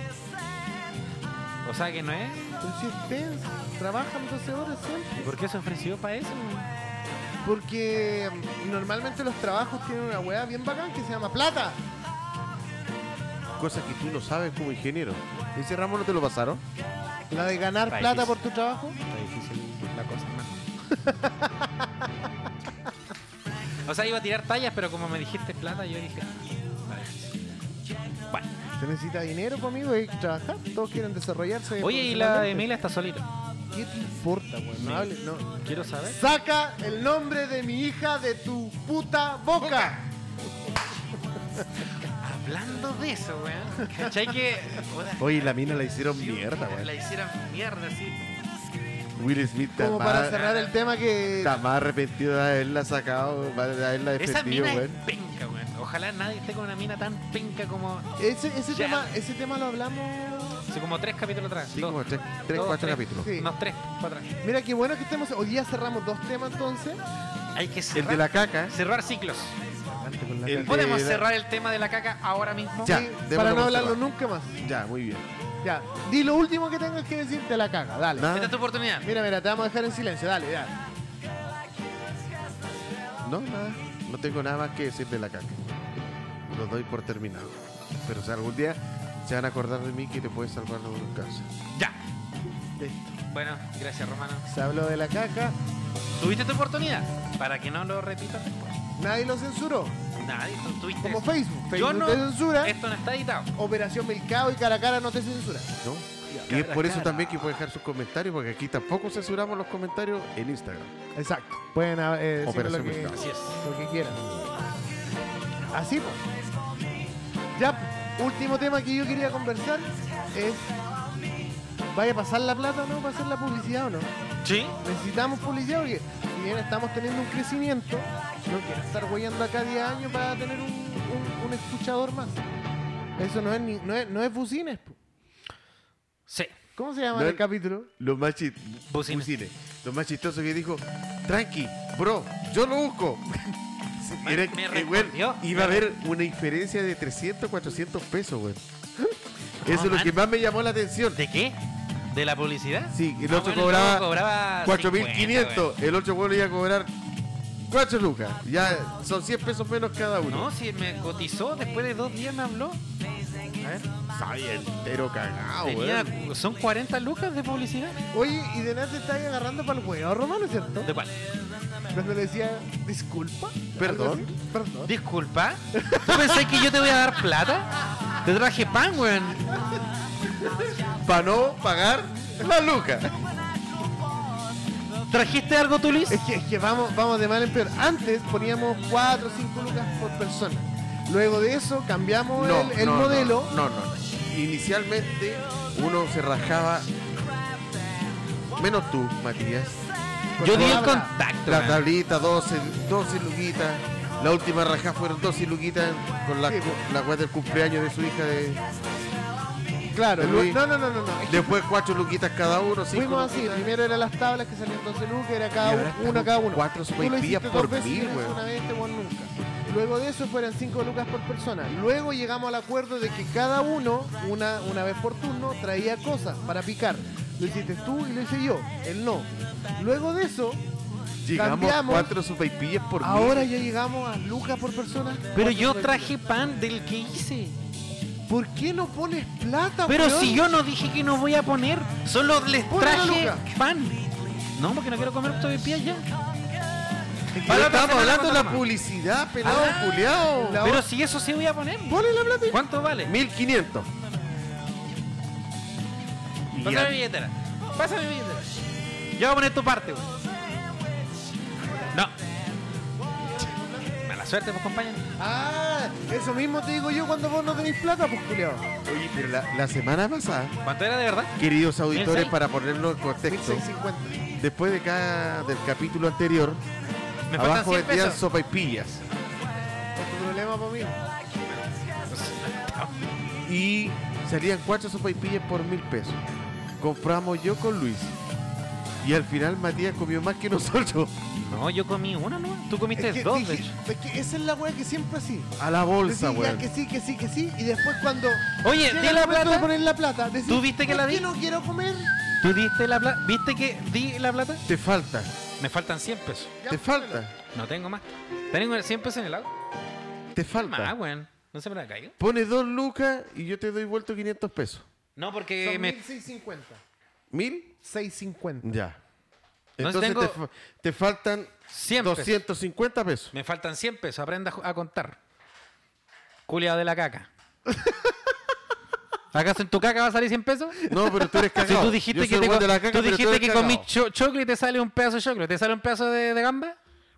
O sea que no es. Pero si es tenso, trabajan doce horas siempre. ¿Y por qué se ofreció para eso, weón? Porque mm, normalmente los trabajos tienen una weá bien bacán que se llama plata. Cosa que tú no sabes como ingeniero. ¿Ese ramo no te lo pasaron? La de ganar Está plata difícil. por tu trabajo. Está difícil la cosa, hermano. O sea, iba a tirar tallas, pero como me dijiste plata, yo dije. "Ah, está difícil". Bueno. Se necesita dinero, pues, amigo, hay que trabajar. Todos quieren desarrollarse. Oye, y la profesionalmente. Emilia está solita. ¿Qué te importa, weón? No hables, no. Quiero saber. Saca el nombre de mi hija de tu puta boca. Hablando de eso, weón. ¿Cachai que. puta, Oye, la mina la hicieron mierda, La weón. hicieron mierda, sí. Will Smith está Como más, para cerrar el tema que. está más arrepentido de haberla sacado, de haberla Esa defendido, mina weón. es penca, weón. Ojalá nadie esté con una mina tan penca como. Ese, ese, Ya. tema, ese tema lo hablamos. Hace como tres capítulos atrás. Sí, Dos, como tres, tres dos, cuatro tres. capítulos. Sí. unos tres, cuatro. Mira qué bueno que estemos. Hoy día cerramos dos temas entonces. Hay que El cerrar, de la caca. cerrar ciclos. El de Podemos la- cerrar el tema de la caca ahora mismo. Ya. Sí, démoslo para no por hablarlo cerrado. nunca más. Ya, muy bien. Ya. Di lo último que tengas que decir de la caga. Dale. Nada. Esta es tu oportunidad. Mira, mira, te vamos a dejar en silencio. Dale, dale. No, nada. No tengo nada más que decir de la caca. Lo doy por terminado. Pero si algún día se van a acordar de mí que te puedes salvar de un cáncer. Ya. Listo. Bueno, gracias, Romano. Se habló de la caca. Tuviste tu oportunidad para que no lo repitas después. Nadie lo censuró. Nadie, tú tuviste. Como eso. Facebook. Yo Facebook no. te censura. Esto no está editado. Operación Milcao y cara a cara no te censura. ¿No? Ya. Y es por eso cara. también que pueden dejar sus comentarios, porque aquí tampoco censuramos los comentarios en Instagram. Exacto. Pueden eh, decir lo Operación que, Milcao. Así es. lo que quieran. Así pues. Ya, pues, último tema que yo quería conversar es. ¿Vaya a pasar la plata o no? ¿Va a hacer la publicidad o no? ¿Sí? Necesitamos publicidad porque bien estamos teniendo un crecimiento, no quiero estar huellando acá diez años para tener un, un, un escuchador más. Eso no es ni, no es, no es bucines. Po. Sí. ¿Cómo se llama No el es- capítulo? Lo más, chi- Bucines. bucines. Lo más chistoso que dijo, tranqui, bro, yo lo busco. Sí, Me- era- me eh, güey, respondió. iba a haber una diferencia de trescientos, cuatrocientos pesos, güey. Eso es lo man. que más me llamó la atención. ¿De qué? ¿De la publicidad? Sí, el Ah, otro bueno, cobraba, luego cobraba cuatro mil cincuenta, quinientos, el otro güey le iba a cobrar cuatro lucas. Ya son cien pesos menos cada güey. uno. No, si me cotizó, después de dos días me habló. A ver. Ay, entero cagado, Tenía, güey. son cuarenta lucas de publicidad. Oye, y de nada te estás agarrando para el huevo, Romano, ¿cierto? ¿De cuál? Cuando le decía, disculpa. Perdón. algo así. Perdón. Disculpa. ¿Tú pensás que yo te voy a dar plata? Te traje pan, weón. Para no pagar la luca. ¿Trajiste algo tú, Luis? Es que, es que vamos, vamos de mal en peor. Antes poníamos cuatro o cinco lucas por persona. Luego de eso cambiamos No, el, el no, modelo. No, no, no. Inicialmente uno se rajaba, menos tú, Matías. Yo di el Habla. contacto. La weón. tablita, doce, doce luquitas. La última rajada fueron doce luquitas con la, Sí, la weá del cumpleaños de su hija de. Claro, de lu- Luis. no, no, no, no. no. Es que Después cuatro luquitas cada uno, cinco fuimos así. luquitas. Primero eran las tablas que salían doce lucas, era cada Y ahora uno, una cada uno. cuatro Tú lo sopaipillas hiciste por dos veces, mil, yo lo hice weón. una vez, este weón nunca. Luego de eso fueron cinco lucas por persona. Luego llegamos al acuerdo de que cada uno, una, una vez por turno, traía cosas para picar. Lo hiciste tú y lo hice yo. Él no. Luego de eso, Llegamos cambiamos. cuatro sopaipillas por ahora mil. ya llegamos a lucas por persona. Pero Cuatro yo sopaipillas. traje pan del que hice. ¿Por qué no pones plata, Pero weón? si yo no dije que no voy a poner, solo les Ponle la traje luca. pan. No, porque no quiero comer sopaipillas ya. Pero Para la otra estamos semana, hablando de la ¿cuánto más? publicidad, pelado, Ah, culiao. la- Pero si eso sí voy a poner. Ponle la plata. ¿Cuánto vale? mil quinientos. Y Pásame ya- mi billetera. Pásame mi billetera. Yo voy a poner tu parte, güey. No. Mala suerte, pues, compañero. Ah, eso mismo te digo yo cuando vos no tenéis plata, pues, culiao. Oye, pero la, la semana pasada, ¿Cuánto era de verdad? queridos auditores, seis? para ponerlo en mil contexto, seiscientos cincuenta. después de cada del capítulo anterior, Me faltan abajo cien vendían pesos. sopaipillas ¿Es tu problema para mí? y salían cuatro sopaipillas por mil pesos. Compramos yo con Luis y al final Matías comió más que nosotros. No, yo comí una, ¿no? Tú comiste Es que, dos, dije- de hecho. es que esa es la weá que siempre así. A la bolsa, Decís ya weón. que sí, que sí, que sí. Y después cuando Oye, llega di el la momento de plata. poner la plata, decís, ¿Tú viste que ¿por la qué di? no quiero comer? ¿Tú diste la plata? ¿Viste que di la plata? Te falta, Me faltan cien pesos. Ya, te pónmela. falta, No tengo más. Tengo cien pesos en el agua. te Más, falta. weón. No se me la caiga. Pone dos lucas y yo te doy vuelto quinientos pesos. No, porque Son me. mil seiscientos cincuenta. ¿Mil? seiscientos cincuenta. Ya. No, Entonces tengo te, fa- te faltan cien pesos. doscientos cincuenta pesos. Me faltan cien pesos. Aprenda a ju- a contar. Culiado de la caca. ¿Acaso en tu caca va a salir cien pesos? No, pero tú eres Si cagado. tú dijiste Yo soy que, el te, weón co- de la caca, tú pero dijiste eres que comí cagado. cho- choclo y te sale un pedazo de choclo. ¿Te sale un pedazo de, de gamba?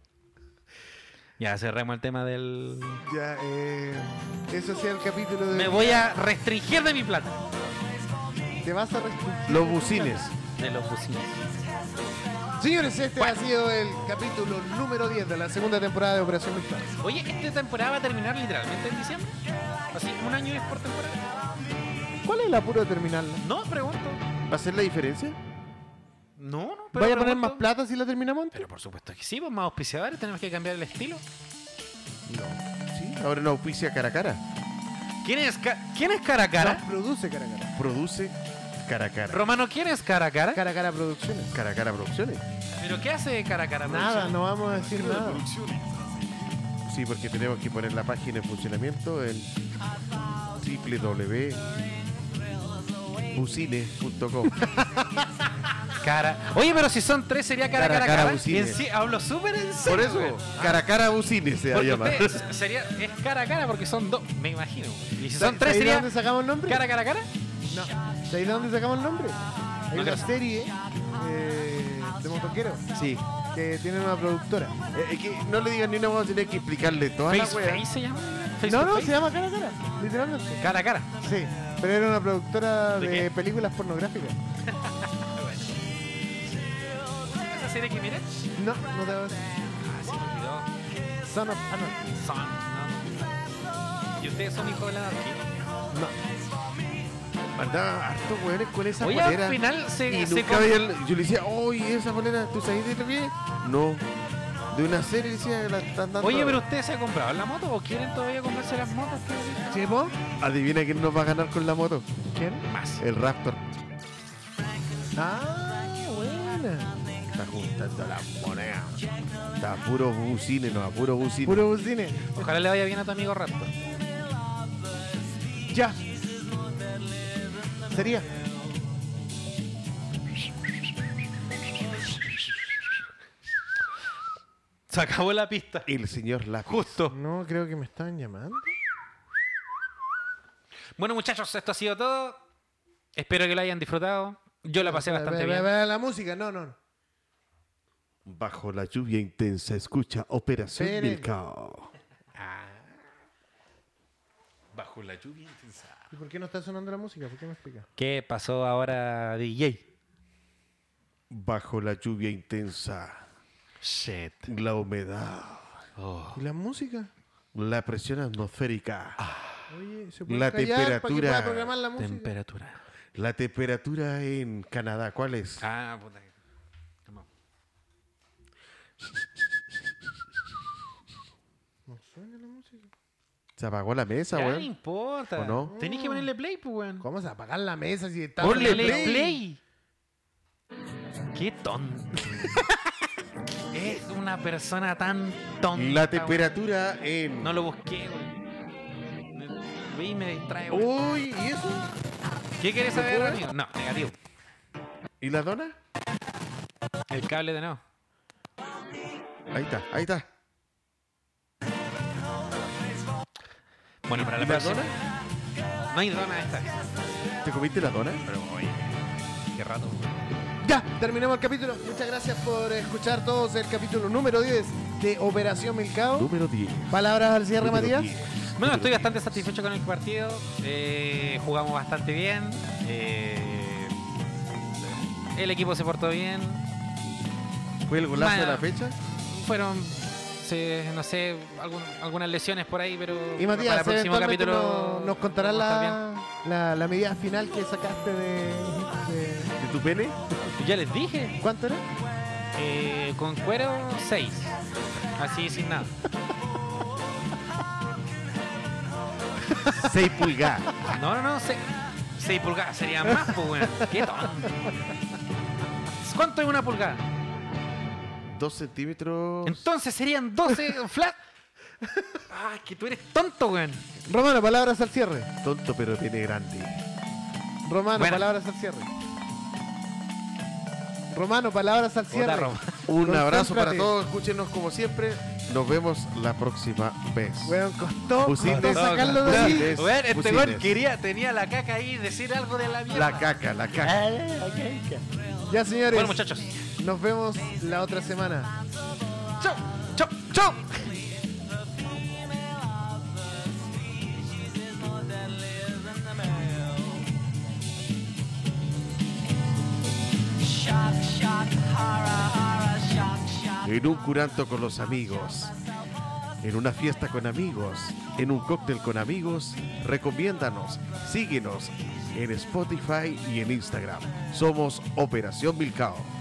Ya cerremos el tema del... Ya, eh, eso sea el capítulo de. Me voy a restringir de mi plata. Te vas a restringir. Los bucines. De los bucines. Señores, este ha sido el capítulo número diez de la segunda temporada de Operación Mixta. Oye, ¿esta temporada va a terminar literalmente en diciembre? Así, un año es por temporada. ¿Cuál es el apuro de terminarla? No, pregunto. ¿Va a ser la diferencia? No, no, pero ¿Vaya a poner pregunto. más plata si la terminamos antes? Pero por supuesto que sí, pues más auspiciadores, tenemos que cambiar el estilo. No. Sí, ahora no auspicia cara a cara. ¿Quién es, ca- ¿quién es cara a cara? No, produce cara a cara. Produce cara a cara. Romano, ¿quién es cara a cara? Cara a cara producciones. Cara a cara producciones. ¿Pero qué hace cara a cara? Nada, Producciones? no vamos a decir nada. Sí, porque tenemos que poner la página en funcionamiento en w w w punto bucines punto com. Cara. Oye, pero si son tres sería cara a Cara cara a cara. cara, En bucines. sí, hablo súper en Por serio. eso, güey. cara a cara bucines se va a Porque llamar. usted sería, es cara a cara porque son dos, me imagino. Y si son ¿Sabéis tres de sería dónde sacamos el nombre? cara a cara a cara. No. ¿Sabéis de dónde sacamos el nombre? Hay No una quiero saber. serie eh, de motoqueros Sí. que tiene una productora. Eh, es que no le digan ni una vamos a tener que explicarle toda la Face wea. Face se llama. Face No, to no, face. se llama cara a cara, literalmente. Cara a cara. Sí, pero era una productora ¿De de, qué? películas pornográficas. Esa serie que miren? No, no te voy a decir. Ah, se me olvidó. Son of Anarchy. Son, ¿no? ¿Y ustedes son hijos de la anarquía? No. Andaba harto weones con esa Oye, polera. al final se, Y se nunca com- veía el- yo le decía, oye, esa polera, ¿tú sabes de lo que es? No. De una serie decía que la están dando. Oye, pero ustedes se han comprado la moto o quieren todavía comprarse las motos? ¿Sí, vos? Adivina quién nos va a ganar con la moto. ¿Quién? Más. El Raptor. Ah, buena. Está juntando las monedas. Está puro bucine, no, a puro bucine. Puro bucine. Ojalá le vaya bien a tu amigo Raptor. Ya. Sería. Se acabó la pista. El señor Lápiz. Justo. No, creo que me estaban llamando. Bueno, muchachos, esto ha sido todo. Espero que lo hayan disfrutado. Yo la pasé bastante Ve- ve- bien. ve La música, no, no. Bajo la lluvia intensa escucha Operación Espere. Milcao. Bajo la lluvia intensa. ¿Y por qué no está sonando la música? ¿Por qué me explica? ¿Qué pasó ahora, D J? Bajo la lluvia intensa, Shit. la humedad, ¿Y la música? la presión atmosférica, Oye, ¿se puede La callar temperatura. para que pueda programar la música? Temperatura. la temperatura en Canadá, ¿cuál es? Ah, puta. Vamos. No suena la música. Se apagó la mesa, Ya no weón. importa. ¿O no? Tenés que ponerle play, pues, weón. ¿Cómo se va a apagar la mesa si está Ponle Ponle play. play. Qué tonto. Es una persona tan tonta. La weón. temperatura en... No lo busqué, weón. Me- Ve y me distrae, weón. Uy, ¿y eso? ¿Qué quieres ¿lo saber, puedo? amigo? No, negativo. ¿Y la dona? El cable de nuevo. Ahí está, ahí está. Bueno, para la ¿Y la próxima. dona? No hay dona esta vez. ¿Te comiste la dona? Pero, oye, qué rato. Ya, terminamos el capítulo. Muchas gracias por escuchar todos el capítulo número diez de Operación Milcao. Número diez. Palabras al cierre, Número Matías. diez. Bueno, Número estoy diez. bastante satisfecho con el partido. Eh, jugamos bastante bien. Eh, el equipo se portó bien. ¿Fue el golazo Bueno. de la fecha? Fueron, se- no sé, algún- algunas lesiones por ahí, pero Y para Matías, el próximo eventualmente capítulo nos, nos contarás vamos a estar la, la, la medida final que sacaste de, de- ¿De tu pene? bien. Ya les dije, ¿Cuánto era? eh, con cuero seis, así sin nada. seis pulgadas. No, no, no, seis pulgadas sería más, pues, weón. Qué tonto. ¿Cuánto es una pulgada? Dos centímetros. Entonces serían doce flat. Ah, que tú eres tonto, weón. Romano, palabras al cierre. Tonto, pero pene grande. Romano, Bueno. palabras al cierre. Romano, palabras al cierre. Puta Roma. Un abrazo para Concéntrate. todos. Escúchenos como siempre. Nos vemos la próxima vez. Weón, costó, Bucines. costó sacarlo de ahí. Bucines. Weón, este Bucines. weón quería, tenía la caca ahí, decir algo de la mierda. La caca, la caca. Ya, señores. Bueno, muchachos. Nos vemos la otra semana. Chau, chau, chau. En un curanto con los amigos. En una fiesta con amigos. En un cóctel con amigos. Recomiéndanos. Síguenos en Spotify y en Instagram. Somos Operación Milcao.